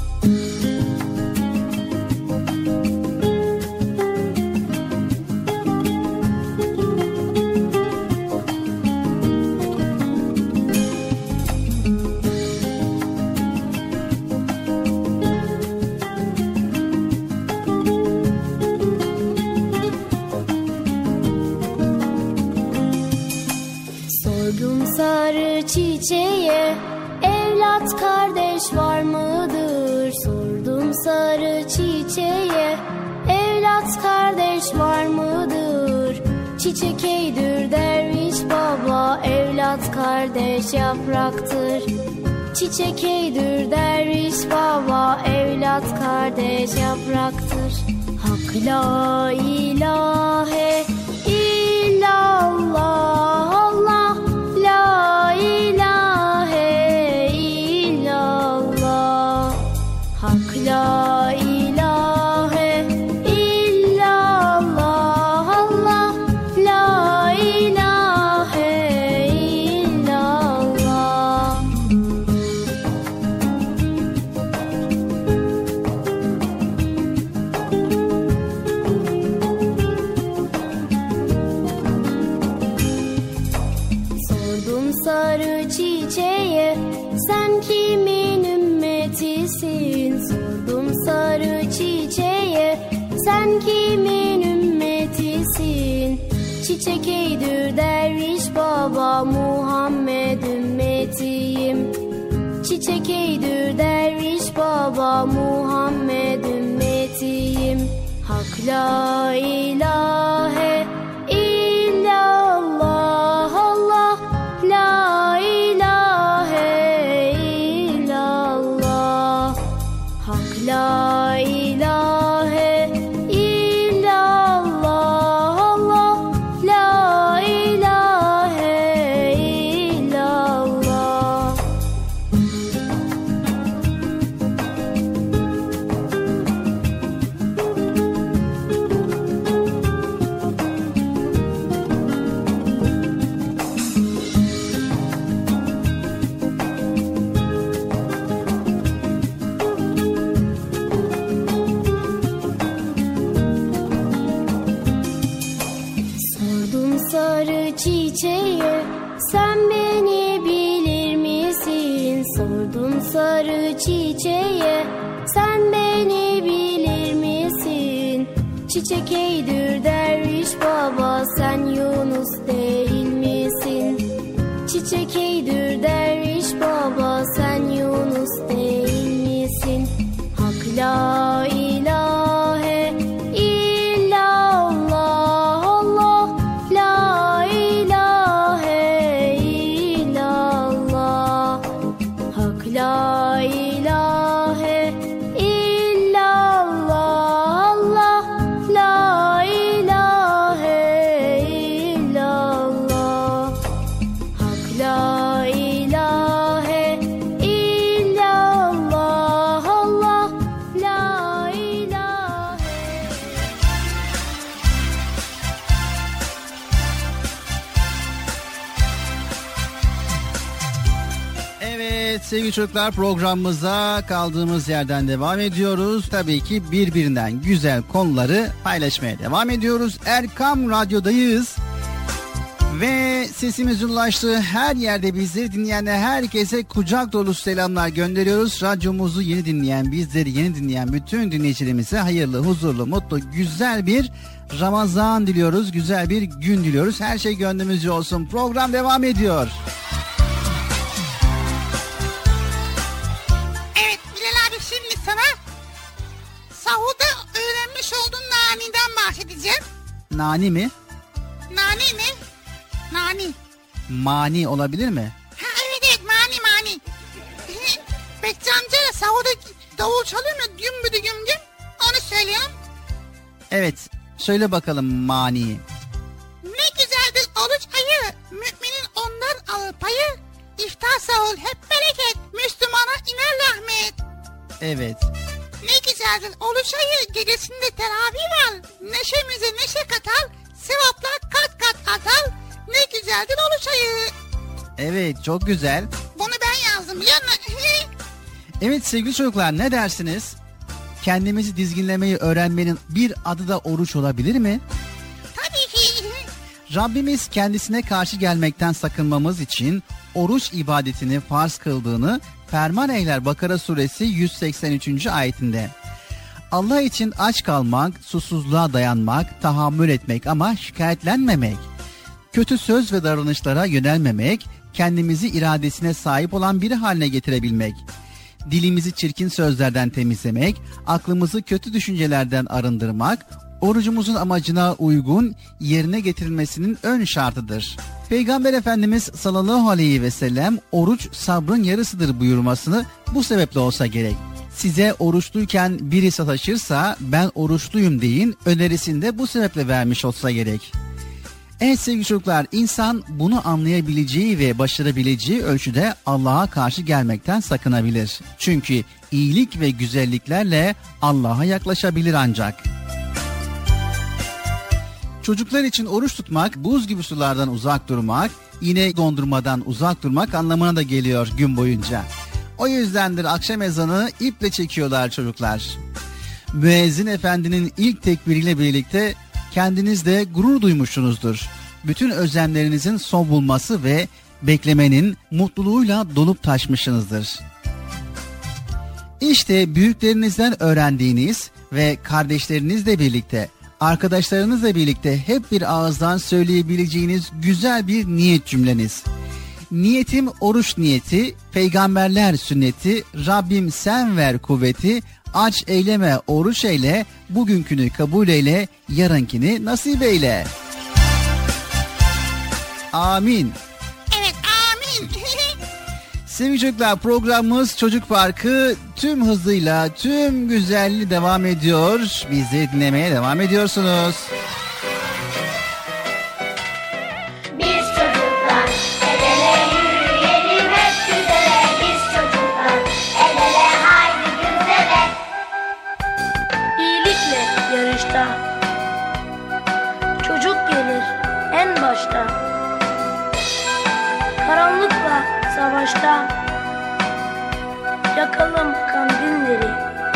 Sordum sarı çiçeğe evlat kardeş var mıdır? Sordum sarı çiçeğe evlat kardeş var mıdır? Çiçek eydür derviş baba, evlat kardeş yapraktır. Çiçek eydür derviş baba, evlat kardeş yapraktır. Hak la ilahe illallah, Allah la ilahe illallah. Hak la ilahe illallah, Allah la ilahe illallah. sen kimin ümmetisin? Çiçek eydür derviş baba, Muhammed ümmetiyim. Çiçek eydür derviş baba, Muhammed ümmetiyim. Hak la ilahe illallah, Allah la ilahe illallah. Hak la ilahe illallah, Allah la ilahe illallah. Sordum sarı çiçeğe, sen beni bilir misin? Sordum sarı çiçeğe, sen beni bilir misin? Çiçek eydür derviş baba, sen Yunus değil misin? Çiçek eydür derviş baba, sen Yunus değil misin? Hak la ilahe illallah, Allah la ilahe illallah. Hak la ilahe illallah, Allah la ilahe illallah. Hak la ilahe illallah, Allah la ilahe. Evet sevgili çocuklar, programımıza kaldığımız yerden devam ediyoruz. Tabii ki birbirinden güzel konuları paylaşmaya devam ediyoruz. Erkam Radyo'dayız. Ve sesimizin ulaştığı her yerde bizleri dinleyen herkese kucak dolusu selamlar gönderiyoruz. Radyomuzu yeni dinleyen, bizleri yeni dinleyen bütün dinleyicilerimize hayırlı, huzurlu, mutlu, güzel bir Ramazan diliyoruz. Güzel bir gün diliyoruz. Her şey gönlümüzce olsun. Program devam ediyor. Evet Bilal abi, şimdi sana sahurda öğrenmiş olduğum naniden bahsedeceğim. Nani mi? Nani mi? Nani. Mani olabilir mi? Ha evet evet, mani mani. Bekçi amcayla sahurda davul çalıyor mu? Güm büdü güm güm. Onu söylüyorum. Evet. Söyle bakalım mani. Ne güzeldir oruç ayı. Müminin ondan alır payı. İftar sahur hep bereket. Müslümana iner rahmet. Evet. Ne güzeldir oruç ayı. Gecesinde teravih var. Neşemize neşe katar. Sevaplar kat kat artar. Ne güzeldir oruç ayı. Evet, çok güzel. Bunu ben yazdım biliyor musun? Evet sevgili çocuklar, ne dersiniz? Kendimizi dizginlemeyi öğrenmenin bir adı da oruç olabilir mi? Tabii ki. Rabbimiz kendisine karşı gelmekten sakınmamız için oruç ibadetini farz kıldığını ferman eyler Bakara suresi yüz seksen üçüncü ayetinde. Allah için aç kalmak, susuzluğa dayanmak, tahammül etmek ama şikayetlenmemek, kötü söz ve davranışlara yönelmemek, kendimizi iradesine sahip olan biri haline getirebilmek, dilimizi çirkin sözlerden temizlemek, aklımızı kötü düşüncelerden arındırmak, orucumuzun amacına uygun yerine getirilmesinin ön şartıdır. Peygamber Efendimiz sallallahu aleyhi ve sellem oruç sabrın yarısıdır buyurmasını bu sebeple olsa gerek. Size oruçluyken biri sataşırsa ben oruçluyum deyin önerisini de bu sebeple vermiş olsa gerek. Evet sevgili çocuklar, insan bunu anlayabileceği ve başarabileceği ölçüde Allah'a karşı gelmekten sakınabilir. Çünkü iyilik ve güzelliklerle Allah'a yaklaşabilir ancak. Çocuklar için oruç tutmak, buz gibi sulardan uzak durmak, yine dondurmadan uzak durmak anlamına da geliyor gün boyunca. O yüzdendir akşam ezanı iple çekiyorlar çocuklar. Müezzin efendinin ilk tekbiriyle birlikte kendiniz de gurur duymuşsunuzdur. Bütün özlemlerinizin son bulması ve beklemenin mutluluğuyla dolup taşmışsınızdır. İşte büyüklerinizden öğrendiğiniz ve kardeşlerinizle birlikte, arkadaşlarınızla birlikte hep bir ağızdan söyleyebileceğiniz güzel bir niyet cümleniz. Niyetim oruç niyeti, peygamberler sünneti, Rabbim sen ver kuvveti, aç eyleme oruç eyle, bugünkünü kabul eyle, yarınkini nasip eyle. Amin. Evet, amin. Sevgili çocuklar, programımız Çocuk Parkı tüm hızıyla, tüm güzelliği devam ediyor. Bizi dinlemeye devam ediyorsunuz. Biz çocuklar el ele yürüyelim hep güzele. Biz çocuklar el ele haydi güzele. İyilikle yarışta çocuk gelir en başta. Karanlıkla savaşta yakalım kandilleri.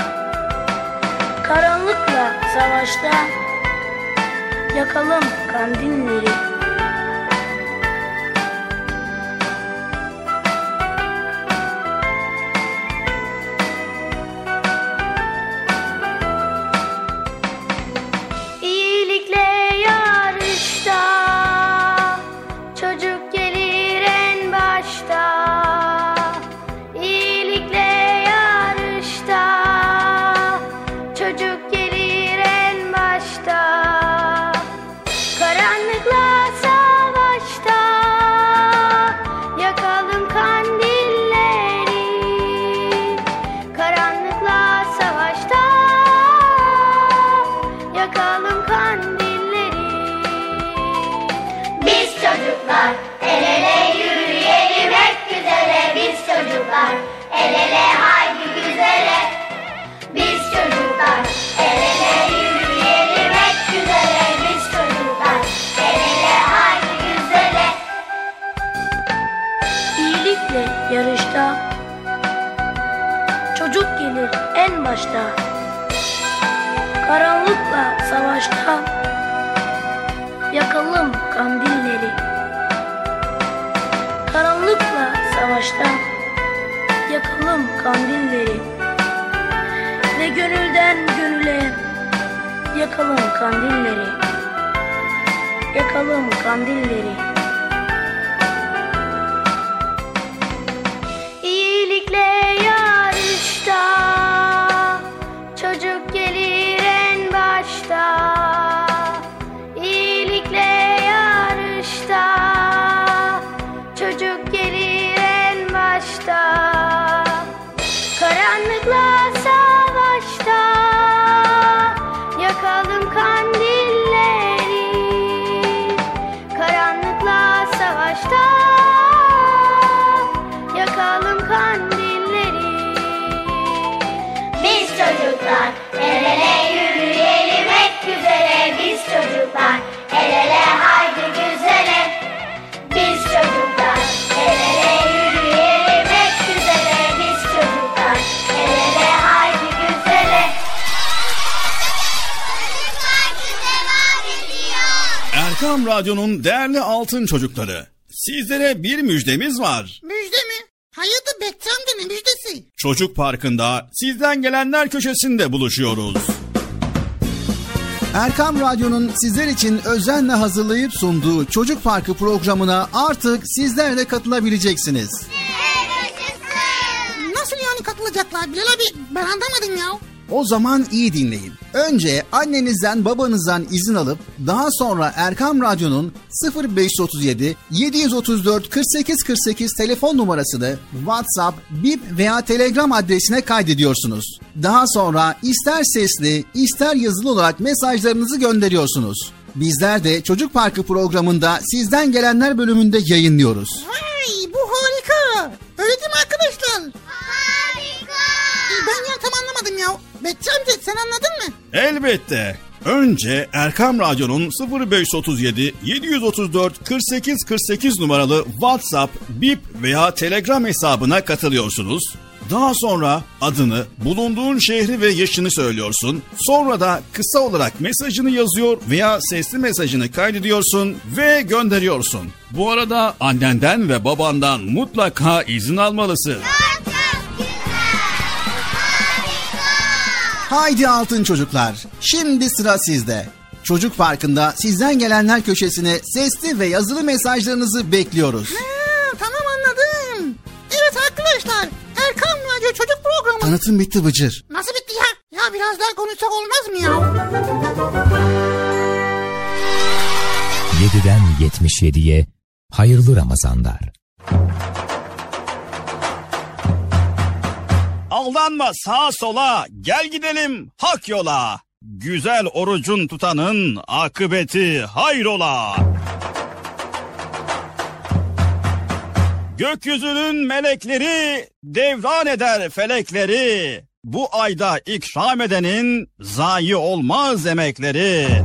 Karanlıkla savaşta yakalım kandilleri. İyilikle yarışta çocuk gelir en başta. İyilikle yarışta çocuk gelir en başta. Karanlıkla savaşta yakalım kandilleri. Karanlıkla savaşta yakalım kandilleri. Biz çocuklar el ele yürüyelim hep güzele. Biz çocuklar el ele haydi güzele. Biz çocuklar el ele yürüyelim hep güzele. Biz çocuklar el ele haydi güzele. İyilikle yarışta çocuk gelir en başta. Karanlıkla savaşta yakalım kandilleri. Karanlıkla savaşta yakalım kandilleri. Ve gönülden gönüle yakalım kandilleri. Yakalım kandilleri. İyilikle yarışta çocuk gelir en başta. İyilikle yarışta çocuk gelir en başta. Karanlıkla savaşta yakalım kandilleri. Karanlıkla savaşta yakalım kandilleri. Biz çocuklar el ele yürüyelim hep güzele. Biz çocuklar el ele haydi güzele. Biz çocuklar el ele yürüyelim hep güzele. Biz çocuklar el ele haydi güzele. Erkam Radyo'nun değerli altın çocukları, sizlere bir müjdemiz var. Müjde mi? Hayırdır Bekçi amca, ne müjdesi? Çocuk Parkı'nda sizden gelenler köşesinde buluşuyoruz. Erkam Radyo'nun sizler için özenle hazırlayıp sunduğu Çocuk Parkı programına artık sizler de katılabileceksiniz. Nasıl yani katılacaklar Bilal abi? Ben anlamadım ya. O zaman iyi dinleyin. Önce annenizden babanızdan izin alıp daha sonra Erkam Radyo'nun sıfır beş otuz yedi yedi otuz dört kırk sekiz kırk sekiz telefon numarasını WhatsApp, Bip veya Telegram adresine kaydediyorsunuz. Daha sonra ister sesli ister yazılı olarak mesajlarınızı gönderiyorsunuz. Bizler de Çocuk Parkı programında sizden gelenler bölümünde yayınlıyoruz. Vay, bu harika. Öyle değil mi arkadaşlar? Harika. Ben ya tam anlamadım ya. Bekçi amca sen anladın mı? Elbette. Önce Erkam Radyo'nun sıfır beş otuz yedi yedi otuz dört kırk sekiz kırk sekiz numaralı WhatsApp, Bip veya Telegram hesabına katılıyorsunuz. Daha sonra adını, bulunduğun şehri ve yaşını söylüyorsun. Sonra da kısa olarak mesajını yazıyor veya sesli mesajını kaydediyorsun ve gönderiyorsun. Bu arada annenden ve babandan mutlaka izin almalısın. Haydi altın çocuklar, şimdi sıra sizde. Çocuk Parkı'nda sizden gelenler köşesine sesli ve yazılı mesajlarınızı bekliyoruz. Ha, tamam anladım. Evet arkadaşlar, Erkam Radyo Çocuk Programı. Tanıtım bitti Bıcır. Nasıl bitti ya? Ya biraz daha konuşsak olmaz mı ya? yediden yetmiş yediye hayırlı Ramazanlar. Aldanma sağa sola, gel gidelim hak yola. Güzel orucun tutanın akıbeti hayrola. Gökyüzünün melekleri devran eder felekleri. Bu ayda ikram edenin zayi olmaz emekleri.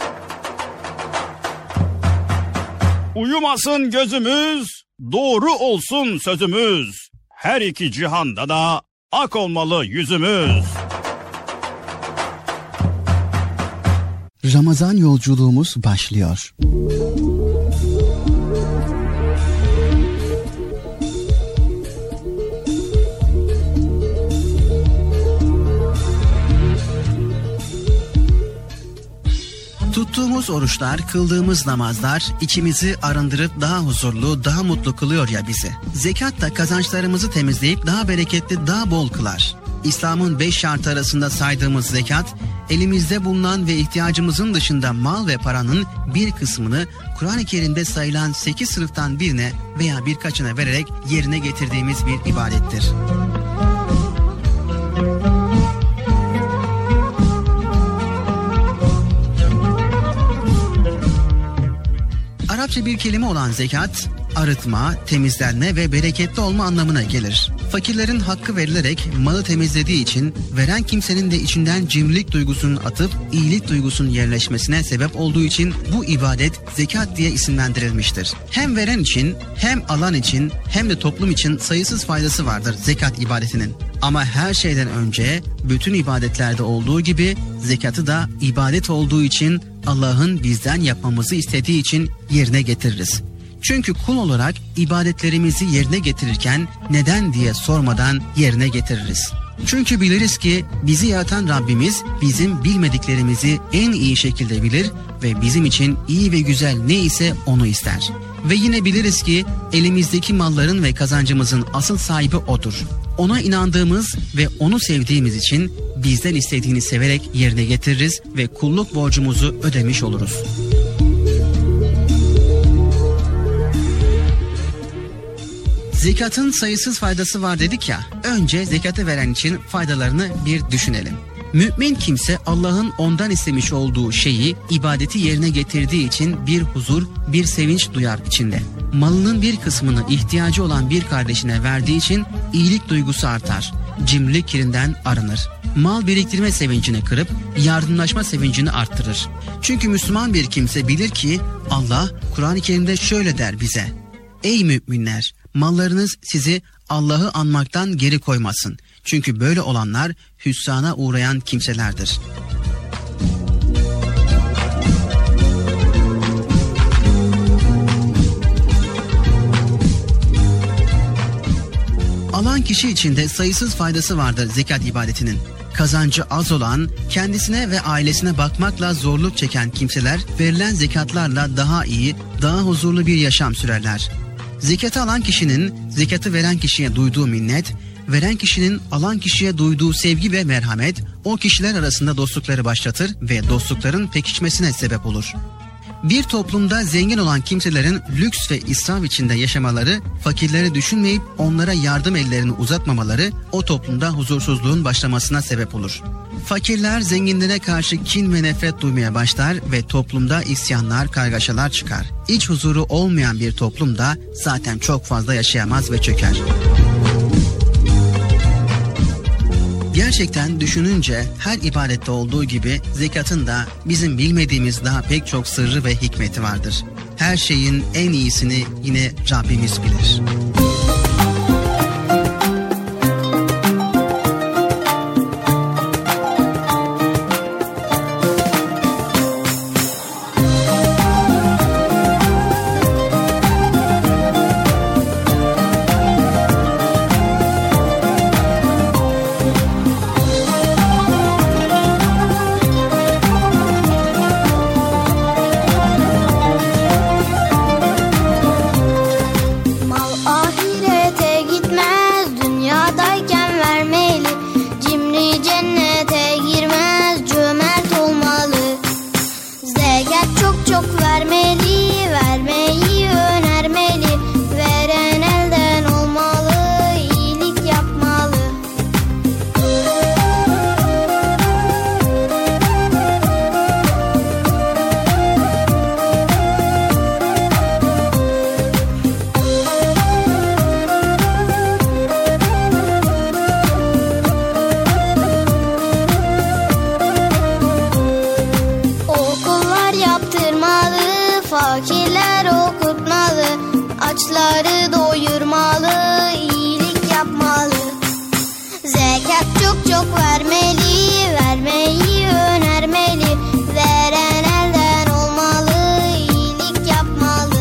Uyumasın gözümüz, doğru olsun sözümüz. Her iki cihanda da ak olmalı yüzümüz. Ramazan yolculuğumuz başlıyor. Tuttuğumuz oruçlar, kıldığımız namazlar içimizi arındırıp daha huzurlu, daha mutlu kılıyor ya bizi. Zekat da kazançlarımızı temizleyip daha bereketli, daha bol kılar. İslam'ın beş şartı arasında saydığımız zekat, elimizde bulunan ve ihtiyacımızın dışında mal ve paranın bir kısmını Kur'an-ı Kerim'de sayılan sekiz sınıftan birine veya birkaçına vererek yerine getirdiğimiz bir ibadettir. Arapça bir kelime olan zekat, arıtma, temizlenme ve bereketli olma anlamına gelir. Fakirlerin hakkı verilerek malı temizlediği için veren kimsenin de içinden cimrilik duygusunun atıp iyilik duygusunun yerleşmesine sebep olduğu için bu ibadet zekat diye isimlendirilmiştir. Hem veren için, hem alan için, hem de toplum için sayısız faydası vardır zekat ibadetinin. Ama her şeyden önce bütün ibadetlerde olduğu gibi zekatı da ibadet olduğu için Allah'ın bizden yapmamızı istediği için yerine getiririz. Çünkü kul olarak ibadetlerimizi yerine getirirken neden diye sormadan yerine getiririz. Çünkü biliriz ki bizi yaratan Rabbimiz bizim bilmediklerimizi en iyi şekilde bilir ve bizim için iyi ve güzel ne ise onu ister. Ve yine biliriz ki elimizdeki malların ve kazancımızın asıl sahibi O'dur. Ona inandığımız ve O'nu sevdiğimiz için bizden istediğini severek yerine getiririz ve kulluk borcumuzu ödemiş oluruz. Zekatın sayısız faydası var dedik ya, önce zekatı veren için faydalarını bir düşünelim. Mümin kimse Allah'ın ondan istemiş olduğu şeyi, ibadeti yerine getirdiği için bir huzur, bir sevinç duyar içinde. Malının bir kısmını ihtiyacı olan bir kardeşine verdiği için iyilik duygusu artar, cimrilik kirinden arınır. Mal biriktirme sevincini kırıp yardımlaşma sevincini arttırır. Çünkü Müslüman bir kimse bilir ki Allah Kur'an-ı Kerim'de şöyle der bize: Ey müminler! Mallarınız sizi Allah'ı anmaktan geri koymasın. Çünkü böyle olanlar hüsrana uğrayan kimselerdir. Alan kişi için de sayısız faydası vardır zekat ibadetinin. Kazancı az olan, kendisine ve ailesine bakmakla zorluk çeken kimseler verilen zekatlarla daha iyi, daha huzurlu bir yaşam sürerler. Zekatı alan kişinin zekatı veren kişiye duyduğu minnet, veren kişinin alan kişiye duyduğu sevgi ve merhamet o kişiler arasında dostlukları başlatır ve dostlukların pekişmesine sebep olur. Bir toplumda zengin olan kimselerin lüks ve israf içinde yaşamaları, fakirleri düşünmeyip onlara yardım ellerini uzatmamaları o toplumda huzursuzluğun başlamasına sebep olur. Fakirler zenginlere karşı kin ve nefret duymaya başlar ve toplumda isyanlar, kargaşalar çıkar. İç huzuru olmayan bir toplumda zaten çok fazla yaşayamaz ve çöker. Gerçekten düşününce her ibadette olduğu gibi zekatın da bizim bilmediğimiz daha pek çok sırrı ve hikmeti vardır. Her şeyin en iyisini yine Rabbimiz bilir. açları doyurmalı, iyilik yapmalı. Zekat çok çok vermeli, vermeyi önermeli. Veren elden olmalı, iyilik yapmalı.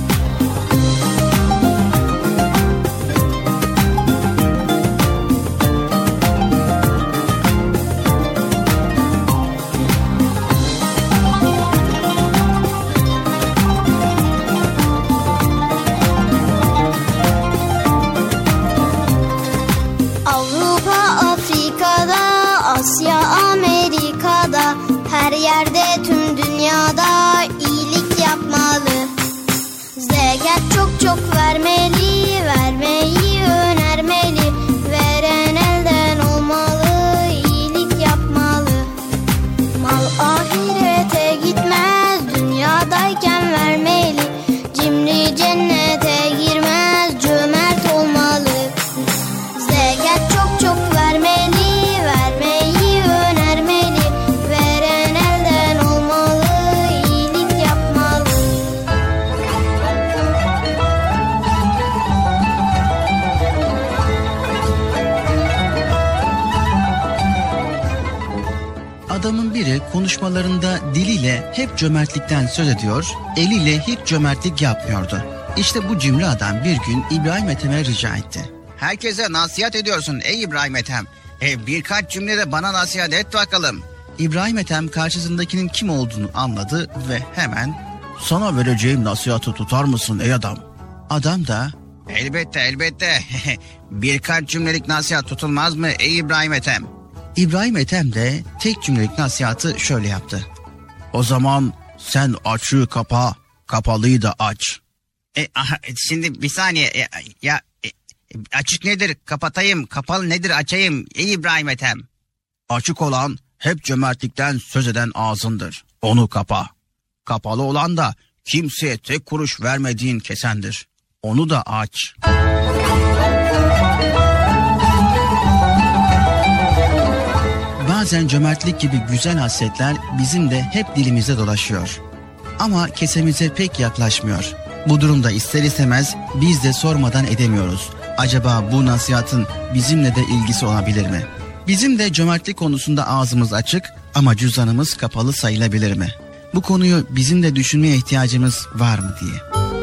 Asya, Amerika'da, her yerde, tüm dünyada iyilik yapmalı. Zekat çok çok vermeli, vermeyi önermeli. Veren elden olmalı, iyilik yapmalı. Mal ahirete gitmez, dünyadayken vermeli. Cimri cennete girmez, cömert olmalı. Zekat çok çok vermeli, vermeyi önermeli. Veren elden olmalı, iyilik yapmalı. Adamın biri konuşmalarında diliyle hep cömertlikten söz ediyor, eliyle hiç cömertlik yapmıyordu. İşte bu cimri adam bir gün İbrahim Ethem'e rica etti. Herkese nasihat ediyorsun ey İbrahim Ethem. E, birkaç cümle de bana nasihat et bakalım. İbrahim Ethem karşısındakinin kim olduğunu anladı ve hemen "Sana vereceğim nasihatı tutar mısın ey adam?" Adam da Elbette elbette. Birkaç cümlelik nasihat tutulmaz mı ey İbrahim Ethem? İbrahim Ethem de tek cümlelik nasihatı şöyle yaptı. "O zaman sen açığı kapa, kapalıyı da aç." E, aha, şimdi bir saniye e, ya e, açık nedir kapatayım, kapalı nedir açayım ey İbrahim Ethem? Açık olan hep cömertlikten söz eden ağzındır. Onu kapa. Kapalı olan da kimseye tek kuruş vermediğin kesendir. Onu da aç. Bazen cömertlik gibi güzel hasletler bizim de hep dilimizde dolaşıyor. Ama kesemize pek yaklaşmıyor. Bu durumda ister istemez biz de sormadan edemiyoruz. Acaba bu nasihatın bizimle de ilgisi olabilir mi? Bizim de cömertlik konusunda ağzımız açık ama cüzdanımız kapalı sayılabilir mi? Bu konuyu bizim de düşünmeye ihtiyacımız var mı diye.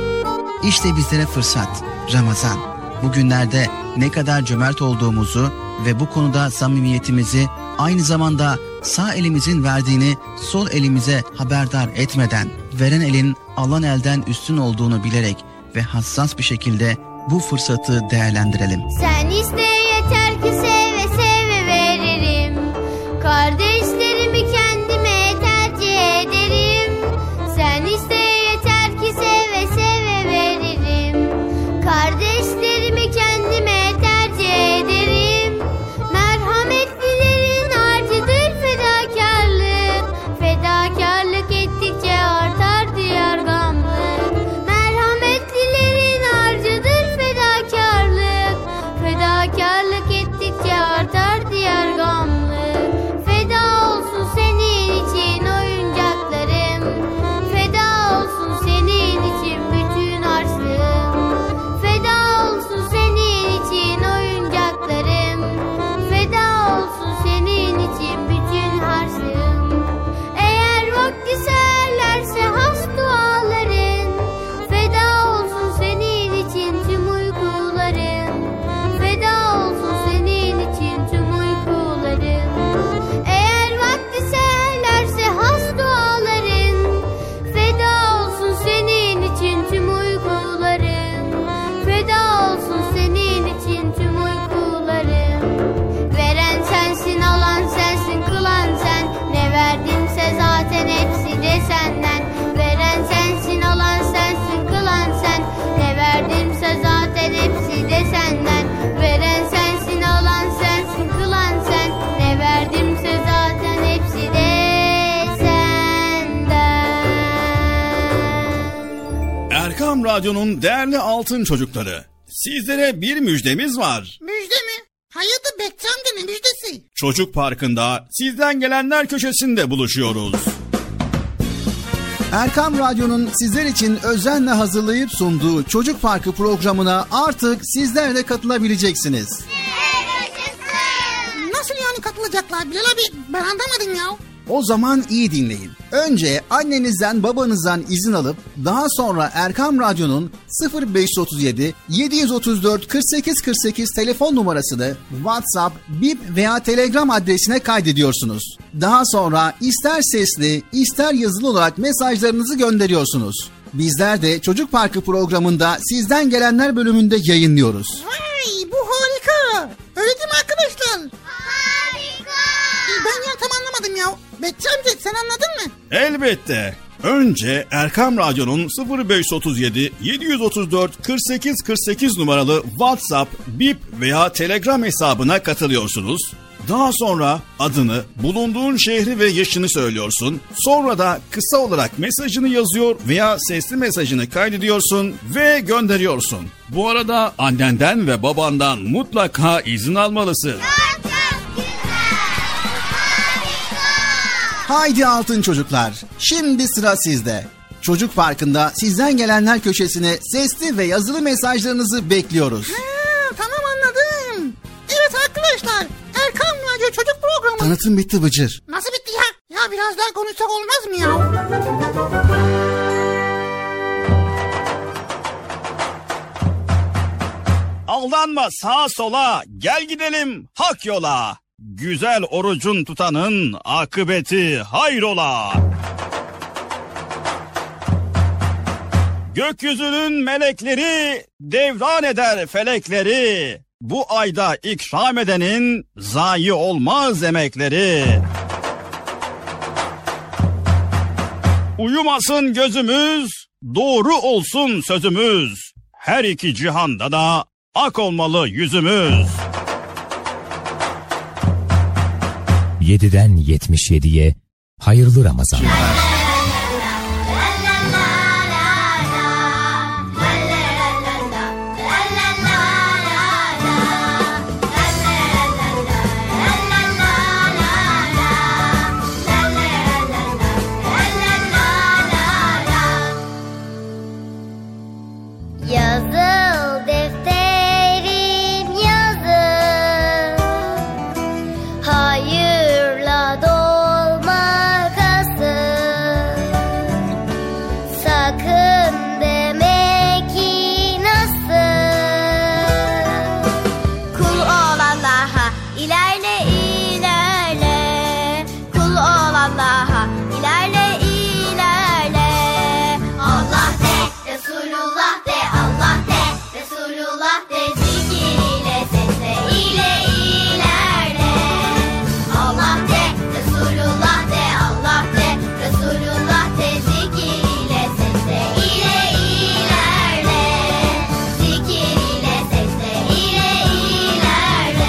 İşte bizlere fırsat, Ramazan. Bugünlerde ne kadar cömert olduğumuzu ve bu konuda samimiyetimizi aynı zamanda sağ elimizin verdiğini sol elimize haberdar etmeden, veren elin alan elden üstün olduğunu bilerek ve hassas bir şekilde bu fırsatı değerlendirelim. Sen iste yeter ki seve seve veririm. Kardeşlerimi kendime tercih ederim. Sen iste yeter ki seve seve veririm. Kardeşlerimi kendime tercih ederim. Merhametlilerin harcıdır fedakarlık. Fedakarlık ettikçe artar diyar gamlık. Merhametlilerin harcıdır fedakarlık. Fedakarlık ettikçe artar diyar gamlık. Feda olsun senin için oyuncaklarım. Feda olsun senin için bütün harçlığım. Feda olsun senin için oyuncaklarım. Feda olsun senin için bütün harçlığım. Eğer vakti serlerse has duaların. Feda olsun senin için tüm uykularım. Feda olsun senin için tüm uykularım. Eğer vakti serlerse has duaların. Feda olsun senin için tüm uykularım. Feda olsun senin için tüm uykularım. Veren sensin, alan sensin, kılan sen. Ne verdimse zaten hepsi de senden. Veren sensin, alan sensin, kılan sen. Ne verdimse zaten hepsi de senden. Veren sensin, alan sensin, kılan sen. Ne verdimse zaten hepsi de senden. Erkam Radyo'nun değerli altın çocukları, sizlere bir müjdemiz var. Müjde mi? Hayırdır Bekçi amca, ne müjdesi? Çocuk Parkı'nda sizden gelenler köşesinde buluşuyoruz. Erkam Radyo'nun sizler için özenle hazırlayıp sunduğu Çocuk Parkı programına artık sizler de katılabileceksiniz. Nasıl yani katılacaklar Bilal abi? Ben anlamadım ya. O zaman iyi dinleyin. Önce annenizden babanızdan izin alıp daha sonra Erkam Radyo'nun sıfır beş otuz yedi yedi otuz dört kırk sekiz kırk sekiz telefon numarasını WhatsApp, Bip veya Telegram adresine kaydediyorsunuz. Daha sonra ister sesli ister yazılı olarak mesajlarınızı gönderiyorsunuz. Bizler de Çocuk Parkı programında sizden gelenler bölümünde yayınlıyoruz. Vay, bu harika. Öyle değil mi arkadaşlar? Harika. Ben ya tam anlamadım ya. Betçi amca sen anladın mı? Elbette. Önce Erkam Radyo'nun sıfır beş otuz yedi yedi otuz dört kırk sekiz kırk sekiz numaralı WhatsApp, Bip veya Telegram hesabına katılıyorsunuz. Daha sonra adını, bulunduğun şehri ve yaşını söylüyorsun. Sonra da kısa olarak mesajını yazıyor veya sesli mesajını kaydediyorsun ve gönderiyorsun. Bu arada annenden ve babandan mutlaka izin almalısın. Haydi altın çocuklar, şimdi sıra sizde. Çocuk Parkı'nda sizden gelenler köşesine sesli ve yazılı mesajlarınızı bekliyoruz. Ha, tamam anladım. Evet arkadaşlar, Erkam Radyo Çocuk Programı. Tanıtım bitti Bıcır. Nasıl bitti ya? Ya biraz daha konuşsak olmaz mı ya? Aldanma sağa sola, gel gidelim hak yola. Güzel orucun tutanın akıbeti hayrola. Gökyüzünün melekleri devran eder felekleri. Bu ayda ikram edenin zayi olmaz emekleri. Uyumasın gözümüz, doğru olsun sözümüz. Her iki cihanda da ak olmalı yüzümüz. yediden yetmiş yediye hayırlı Ramazanlar. Yazıl defterim yazıl, hayırla dolmakasın. Sakın deme ki nasıl. Kul ol Allah'a ilerle ilerle. Kul ol Allah'a ilerle ilerle. Allah de, Resulullah de. Allah de, Resulullah de, zikir ile sesle ile ilerle. Allah de, Resulullah de, Allah de, Resulullah de, zikir ile sesle ile ilerle. Zikir ile sesle ile ilerle.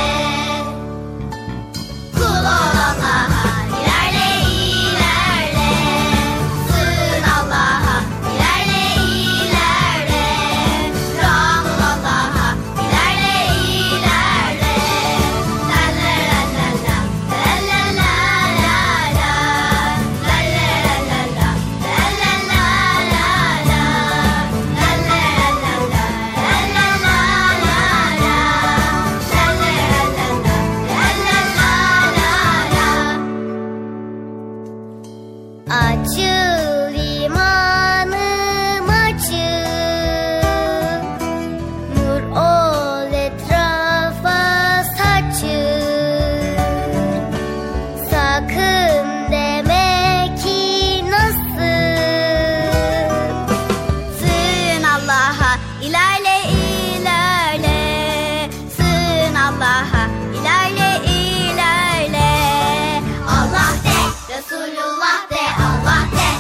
Kul ol Allah'a ilerle ilerle. Sığın Allah'a ilerle ilerle. Rahul Allah'a ilerle ilerle. La la la la la, la la la la la. La la la la la, la la la la la. La la la la la, la la la la la. La la la la la, la la la la. Açıl imanım açıl, nur ol etrafa saçıl. Sakın deme ki nasıl. Sığın Allah'a ilerle ilerle. Sığın Allah'a ilerle ilerle. Allah de, Resulullah de, Allah de,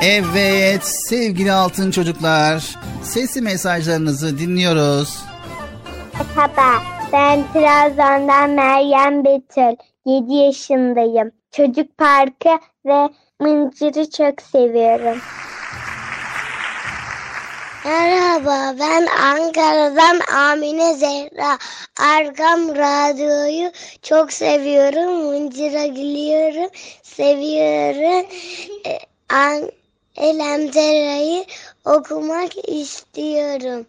Evet sevgili altın çocuklar, sesli mesajlarınızı dinliyoruz. Merhaba, ben Trabzon'dan Meryem Betül. yedi yaşındayım. Çocuk parkı ve mıncırı çok seviyorum. Merhaba, ben Ankara'dan Amine Zehra. Erkam Radyo'yu çok seviyorum. Mıncıra gülüyorum, seviyorum. Ee, An Elemzera'yı okumak istiyorum.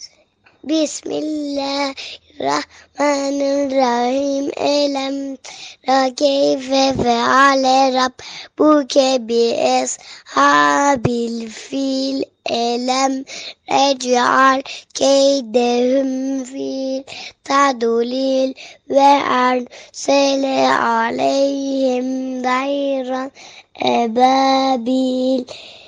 Bismillahirrahmanirrahim. Elem ra keyfe feale rabbuke bi eshabil fil. Elem rec'al keydehum fil tadulil ve ersele aleyhim dayran ebabil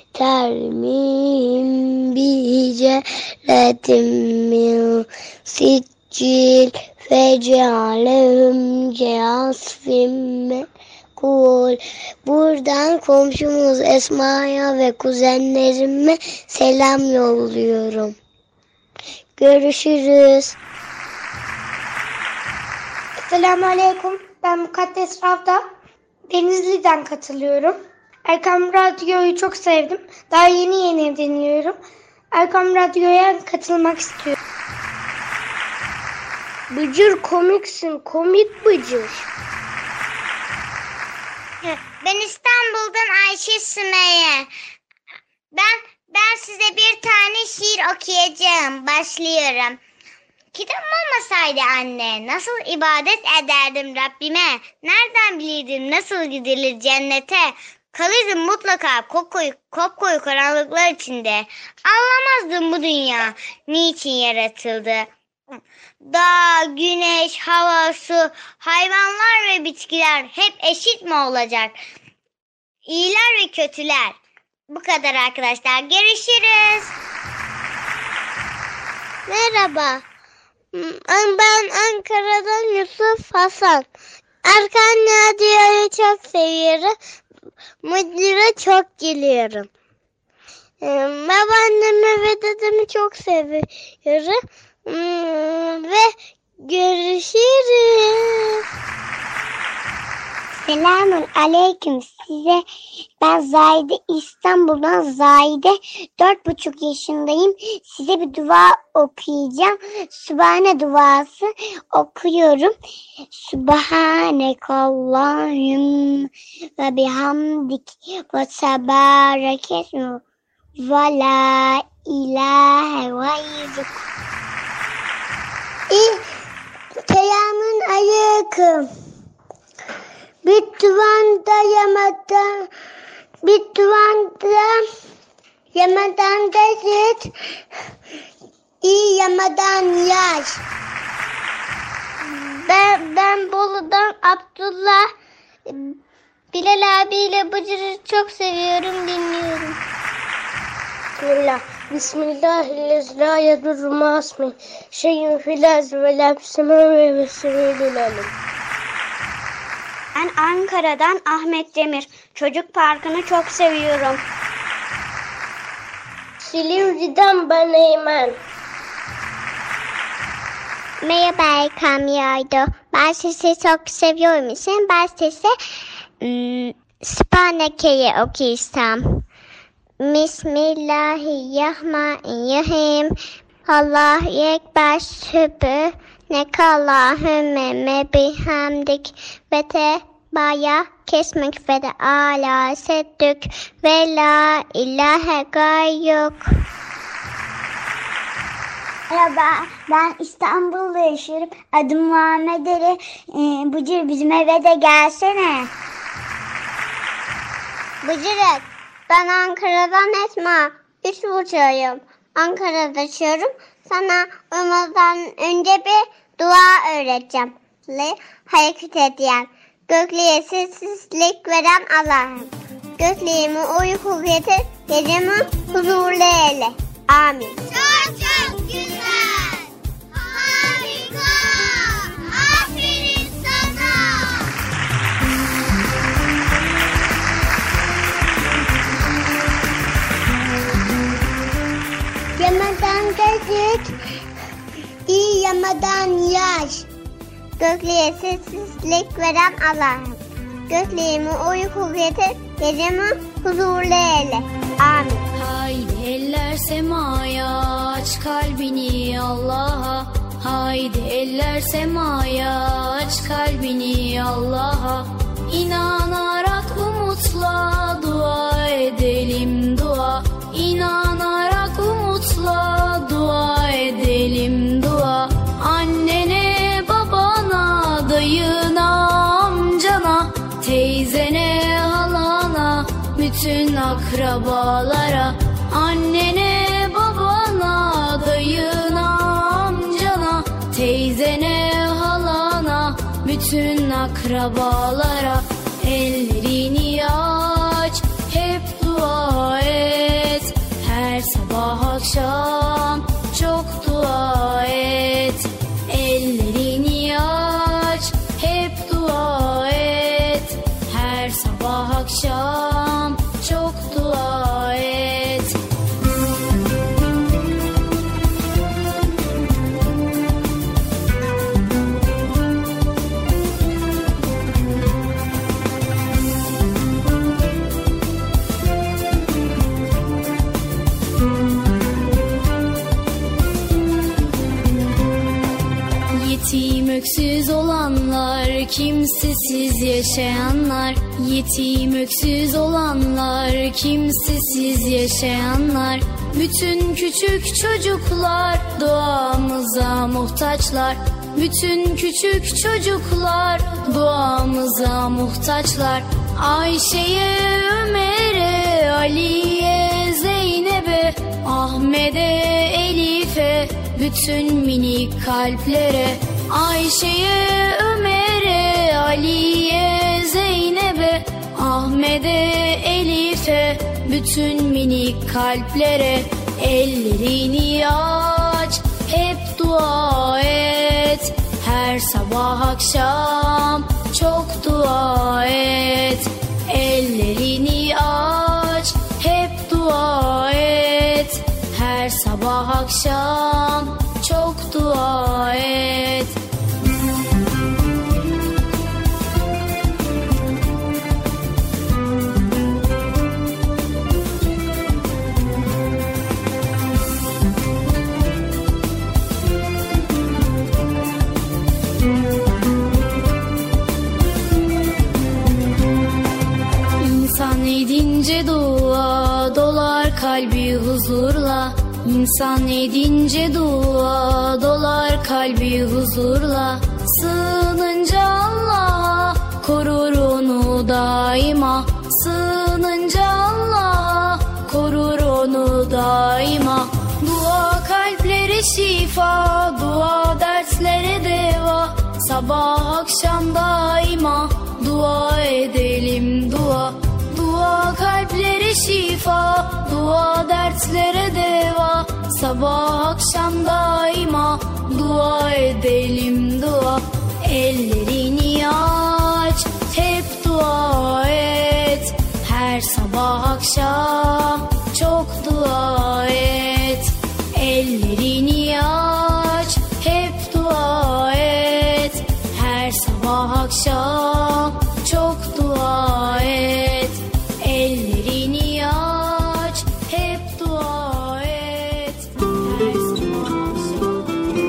termihim bihiceletim min siccil fecealehum keasfim mekul. Buradan komşumuz Esma'ya ve kuzenlerime selam yolluyorum. Görüşürüz. Selamun Aleyküm. Ben Mukaddes Ravda. Denizli'den katılıyorum. Erkam Radyo'yu çok sevdim. Daha yeni yeni dinliyorum. Erkam Radyo'ya katılmak istiyorum. Bıcır komiksin, komik Bıcır. Ben İstanbul'dan Ayşe Sümeyye. Ben ben size bir tane şiir okuyacağım. Başlıyorum. Kitap olmasaydı anne, nasıl ibadet ederdim Rabbime? Nereden bilirdim nasıl gidilir cennete? Kalırdım mutlaka kopkoyu, kopkoyu karanlıklar içinde. Anlamazdım bu dünya niçin yaratıldı. Dağ, güneş, hava, su, hayvanlar ve bitkiler hep eşit mi olacak? İyiler ve kötüler. Bu kadar arkadaşlar. Görüşürüz. Merhaba. Ben Ankara'dan Yusuf Hasan. Erkan Radyo'yu çok seviyorum. Mıcır'a çok gülüyorum. Babaannemi ve dedemi çok seviyorum. Ve görüşürüz. Selamun aleyküm size. Ben Zahide, İstanbul'dan Zahide. Dört buçuk yaşındayım. Size bir dua okuyacağım. Sübhane duası okuyorum. Sübhanekallahüm ve bihamdik ve tebarekesmu ve la ilahe gayruk. Selamun aleyküm. Bitvanda yamadan Bitvanda yamadan desit iyi yamadan yaş. Ben, ben Bolu'dan Abdullah. Bilal abiyle Bıcır'ı çok seviyorum, dinliyorum. Bismillah. Bismillahirrahmanirrahim. La yedurru ma'asmi şeyin filaz ve lapsime ve vesilülelim. Ben Ankara'dan Ahmet Demir. Çocuk parkını çok seviyorum. Silivri'den ben Eymen. Merhaba Erkam Yaydo. Ben sizi çok seviyorum. Sen ben size ım, Spaneke'yi okuyacağım. Bismillahirrahmanirrahim. Allahu Ekber. Sübhanekallahümme bihamdik ve te baya kesmek ve de ala seddük ve la ilahe gayruk. Merhaba, ben İstanbul'da yaşıyorum. Adım Muhammed Ali. Ee, Bıcır bizim eve de gelsene. Bıcırık, ben Ankara'dan Esma. Üç buçuğuyum. Ankara'da yaşıyorum. Sana uyumadan önce bir dua öğreteceğim. Hareket ediyen, göklüğe sessizlik veren Allah'ım. Gökleğimi uyku getir, gecemi huzurlu eyle. Amin. Çok çok güzel. Harika. Aferin sana. Kısacık iyi yamadan yaş. Göklüğe sessizlik veren Allah'ım. Gökleğimi uyku getir, gecemi huzurlu eyle. Amin. Haydi eller semaya, aç kalbini Allah'a. Haydi eller semaya, aç kalbini Allah'a. İnanarak umutla dua edelim dua. İnanarak umutla dua edelim dua. Annene, babana, dayına, amcana, teyzene, halana, bütün akrabalara. Annene, babana, dayına, amcana, teyzene, halana, bütün akrabalara. Ellerini aç, hep dua et. Her sabah akşam çok dua et. Ellerini aç, hep dua et. Her sabah akşam çok dua et. Yetim öksüz olanlar, kimsesiz yaşayanlar. Yetim öksüz olanlar, kimsesiz yaşayanlar. Bütün küçük çocuklar duamıza muhtaçlar. Bütün küçük çocuklar duamıza muhtaçlar. Ayşe'ye, Ömer'e, Ali'ye, Zeynep'e, Ahmet'e, Elif'e, bütün minik kalplere. Ayşe'ye, Ömer'e, Ali'ye, Zeynep'e, Ahmet'e, Elif'e, bütün minik kalplere. Ellerini aç, hep dua et. Her sabah akşam çok dua et. Ellerini aç, hep dua et. Her sabah akşam çok dua et. İnsan edince dua dolar kalbi huzurla. İnsan edince dua dolar kalbi huzurla. Sığınınca Allah'a korur onu daima. Sığınınca Allah'a korur onu daima. Dua kalplere şifa, dua dertlere deva. Sabah akşam daima dua edelim dua. Dua kalplere şifa, dua dertlere deva. Sabah akşam daima dua edelim dua. Ellerini aç, hep dua et. Her sabah akşam çok dua et. Ellerini aç, hep dua et. Her sabah akşam çok dua et. Ellerini aç, hep dua et. Her sabah akşam.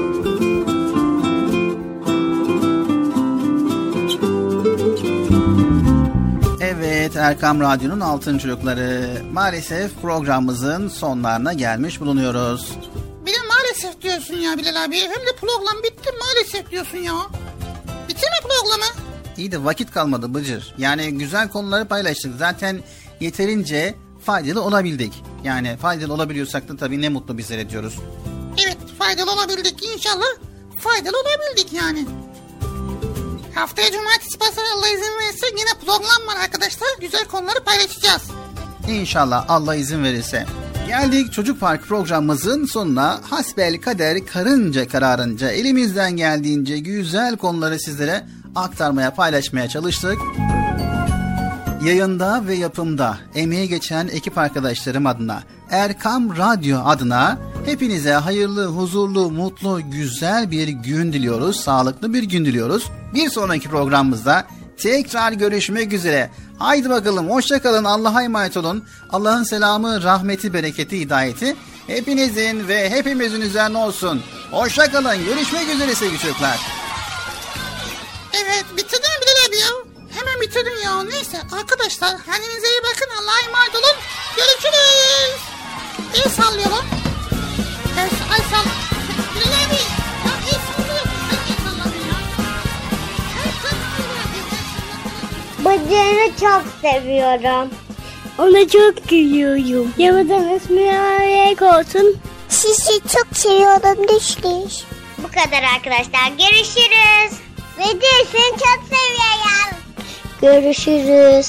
Evet, Erkam Radyo'nun Altın Çocukları. Maalesef programımızın sonlarına gelmiş bulunuyoruz. Bir de maalesef diyorsun ya Bilal abi. Hem de program bitti maalesef diyorsun ya. Bitti mi programı? İyi de vakit kalmadı Bıcır. Yani güzel konuları paylaştık. Zaten yeterince faydalı olabildik. Yani faydalı olabiliyorsak da tabii ne mutlu bizlere diyoruz. Evet, faydalı olabildik inşallah. Faydalı olabildik yani. Haftaya cumartesi pazar Allah izin verirse yine program var arkadaşlar. Güzel konuları paylaşacağız. İnşallah Allah izin verirse. Geldik Çocuk Park programımızın sonuna. Hasbel kader karınca kararınca elimizden geldiğince güzel konuları sizlere aktarmaya, paylaşmaya çalıştık. Yayında ve yapımda emeği geçen ekip arkadaşlarım adına, Erkam Radyo adına Hepinize hayırlı, huzurlu, mutlu, güzel bir gün diliyoruz. Sağlıklı bir gün diliyoruz. Bir sonraki programımızda tekrar görüşmek üzere. Haydi bakalım, hoşça kalın, Allah'a emanet olun. Allah'ın selamı, rahmeti, bereketi, hidayeti hepinizin ve hepimizin üzerine olsun. Hoşça kalın, görüşmek üzere sevgili çocuklar. Evet, bitirdin mi Bilal abi ya? Hemen bitirdim ya. Neyse arkadaşlar, kendinize iyi bakın, Allah'a emanet olun. Görüşürüz. El sallayalım. El, el sall... Bilal abi, ya el sallıyor. Sen el salladın ya. El sallıyor. Bacağını çok seviyorum. Ona çok gülüyorum. Yamadan ismi mübarek olsun. Sizi çok seviyorum düştüş. Bu kadar arkadaşlar. Görüşürüz. Ve de seni çok seviyorum. Görüşürüz.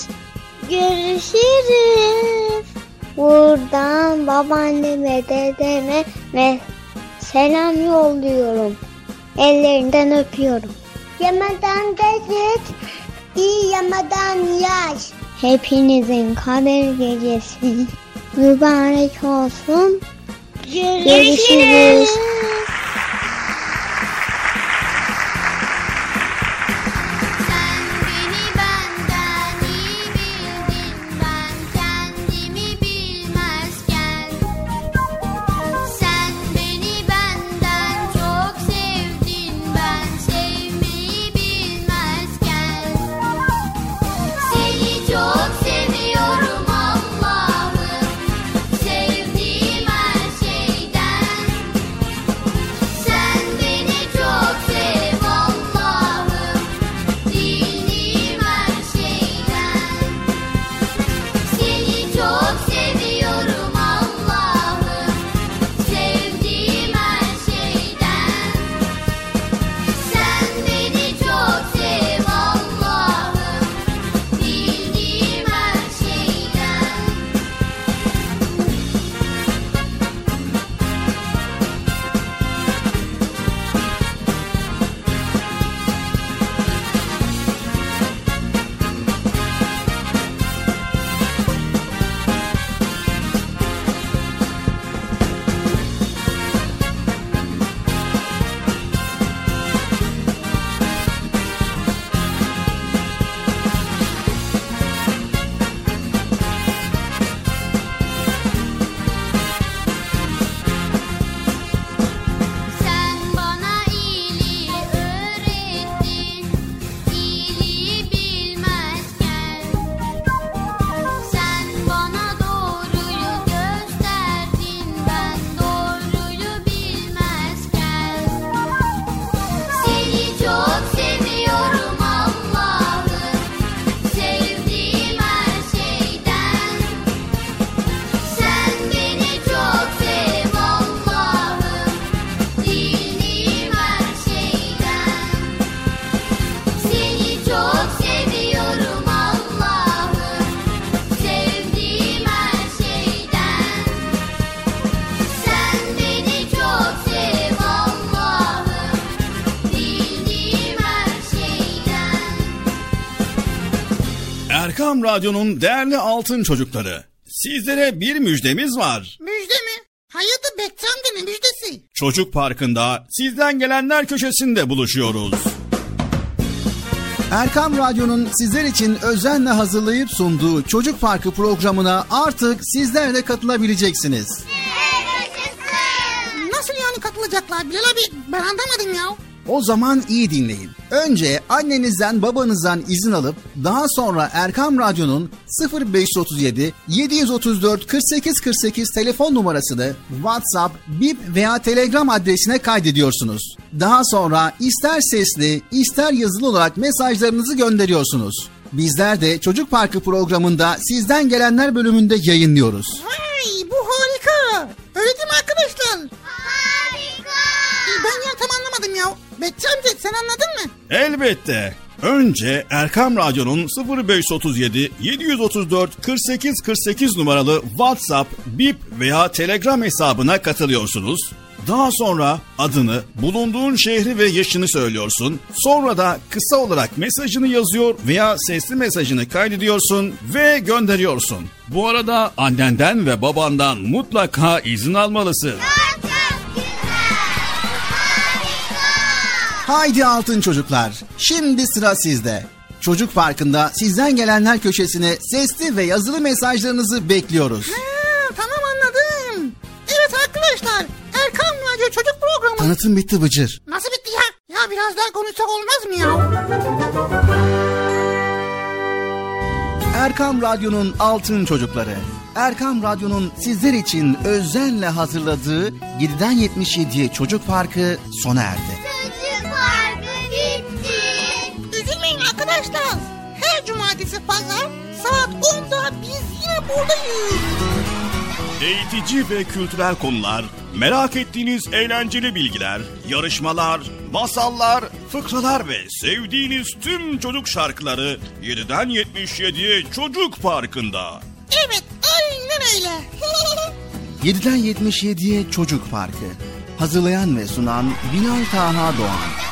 Görüşürüz. Buradan babaanneme, dedeme ve selam yolluyorum. Ellerinden öpüyorum. Yamadan gecet, iyi yamadan yaş. Hepinizin kader gecesi mübarek olsun. Görüşürüz. Görüşürüz. Erkam Radyo'nun değerli altın çocukları, sizlere bir müjdemiz var. Müjde mi? Hayırdır Bekçi amca, ne müjdesi? Çocuk Parkı'nda sizden gelenler köşesinde buluşuyoruz. Erkam Radyo'nun sizler için özenle hazırlayıp sunduğu Çocuk Parkı programına artık sizler de katılabileceksiniz. Nasıl yani katılacaklar Bilal abi? Ben anlamadım ya. O zaman iyi dinleyin. Önce annenizden babanızdan izin alıp daha sonra Erkam Radyo'nun sıfır beş otuz yedi yedi otuz dört kırk sekiz kırk sekiz telefon numarasını WhatsApp, Bip veya Telegram adresine kaydediyorsunuz. Daha sonra ister sesli ister yazılı olarak mesajlarınızı gönderiyorsunuz. Bizler de Çocuk Parkı programında sizden gelenler bölümünde yayınlıyoruz. Vay, bu harika. Öyle değil mi arkadaşlar? Harika. Ben ya tam anlamadım ya. Bekçi amca sen anladın mı? Elbette. Önce Erkam Radyo'nun sıfır beş otuz yedi yedi otuz dört kırk sekiz kırk sekiz numaralı WhatsApp, Bip veya Telegram hesabına katılıyorsunuz. Daha sonra adını, bulunduğun şehri ve yaşını söylüyorsun. Sonra da kısa olarak mesajını yazıyor veya sesli mesajını kaydediyorsun ve gönderiyorsun. Bu arada annenden ve babandan mutlaka izin almalısın. Haydi altın çocuklar, şimdi sıra sizde. Çocuk Parkı'nda sizden gelenler köşesine sesli ve yazılı mesajlarınızı bekliyoruz. Ha, tamam anladım. Evet arkadaşlar, Erkam Radyo Çocuk Programı. Tanıtım bitti Bıcır. Nasıl bitti ya? Ya biraz daha konuşsak olmaz mı ya? Erkam Radyo'nun altın çocukları. Erkam Radyo'nun sizler için özenle hazırladığı yediden yetmiş yediye Çocuk Parkı sona erdi. Çocuk Parkı bitti. Üzülmeyin arkadaşlar. Her cumartesi pazar saat onda biz yine buradayız. Eğitici ve kültürel konular, merak ettiğiniz eğlenceli bilgiler, yarışmalar, masallar, fıkralar ve sevdiğiniz tüm çocuk şarkıları yediden yetmiş yediye Çocuk Parkı'nda. Evet, aynen öyle. yediden yetmiş yediye Çocuk Parkı. Hazırlayan ve sunan Binal Taha Doğan.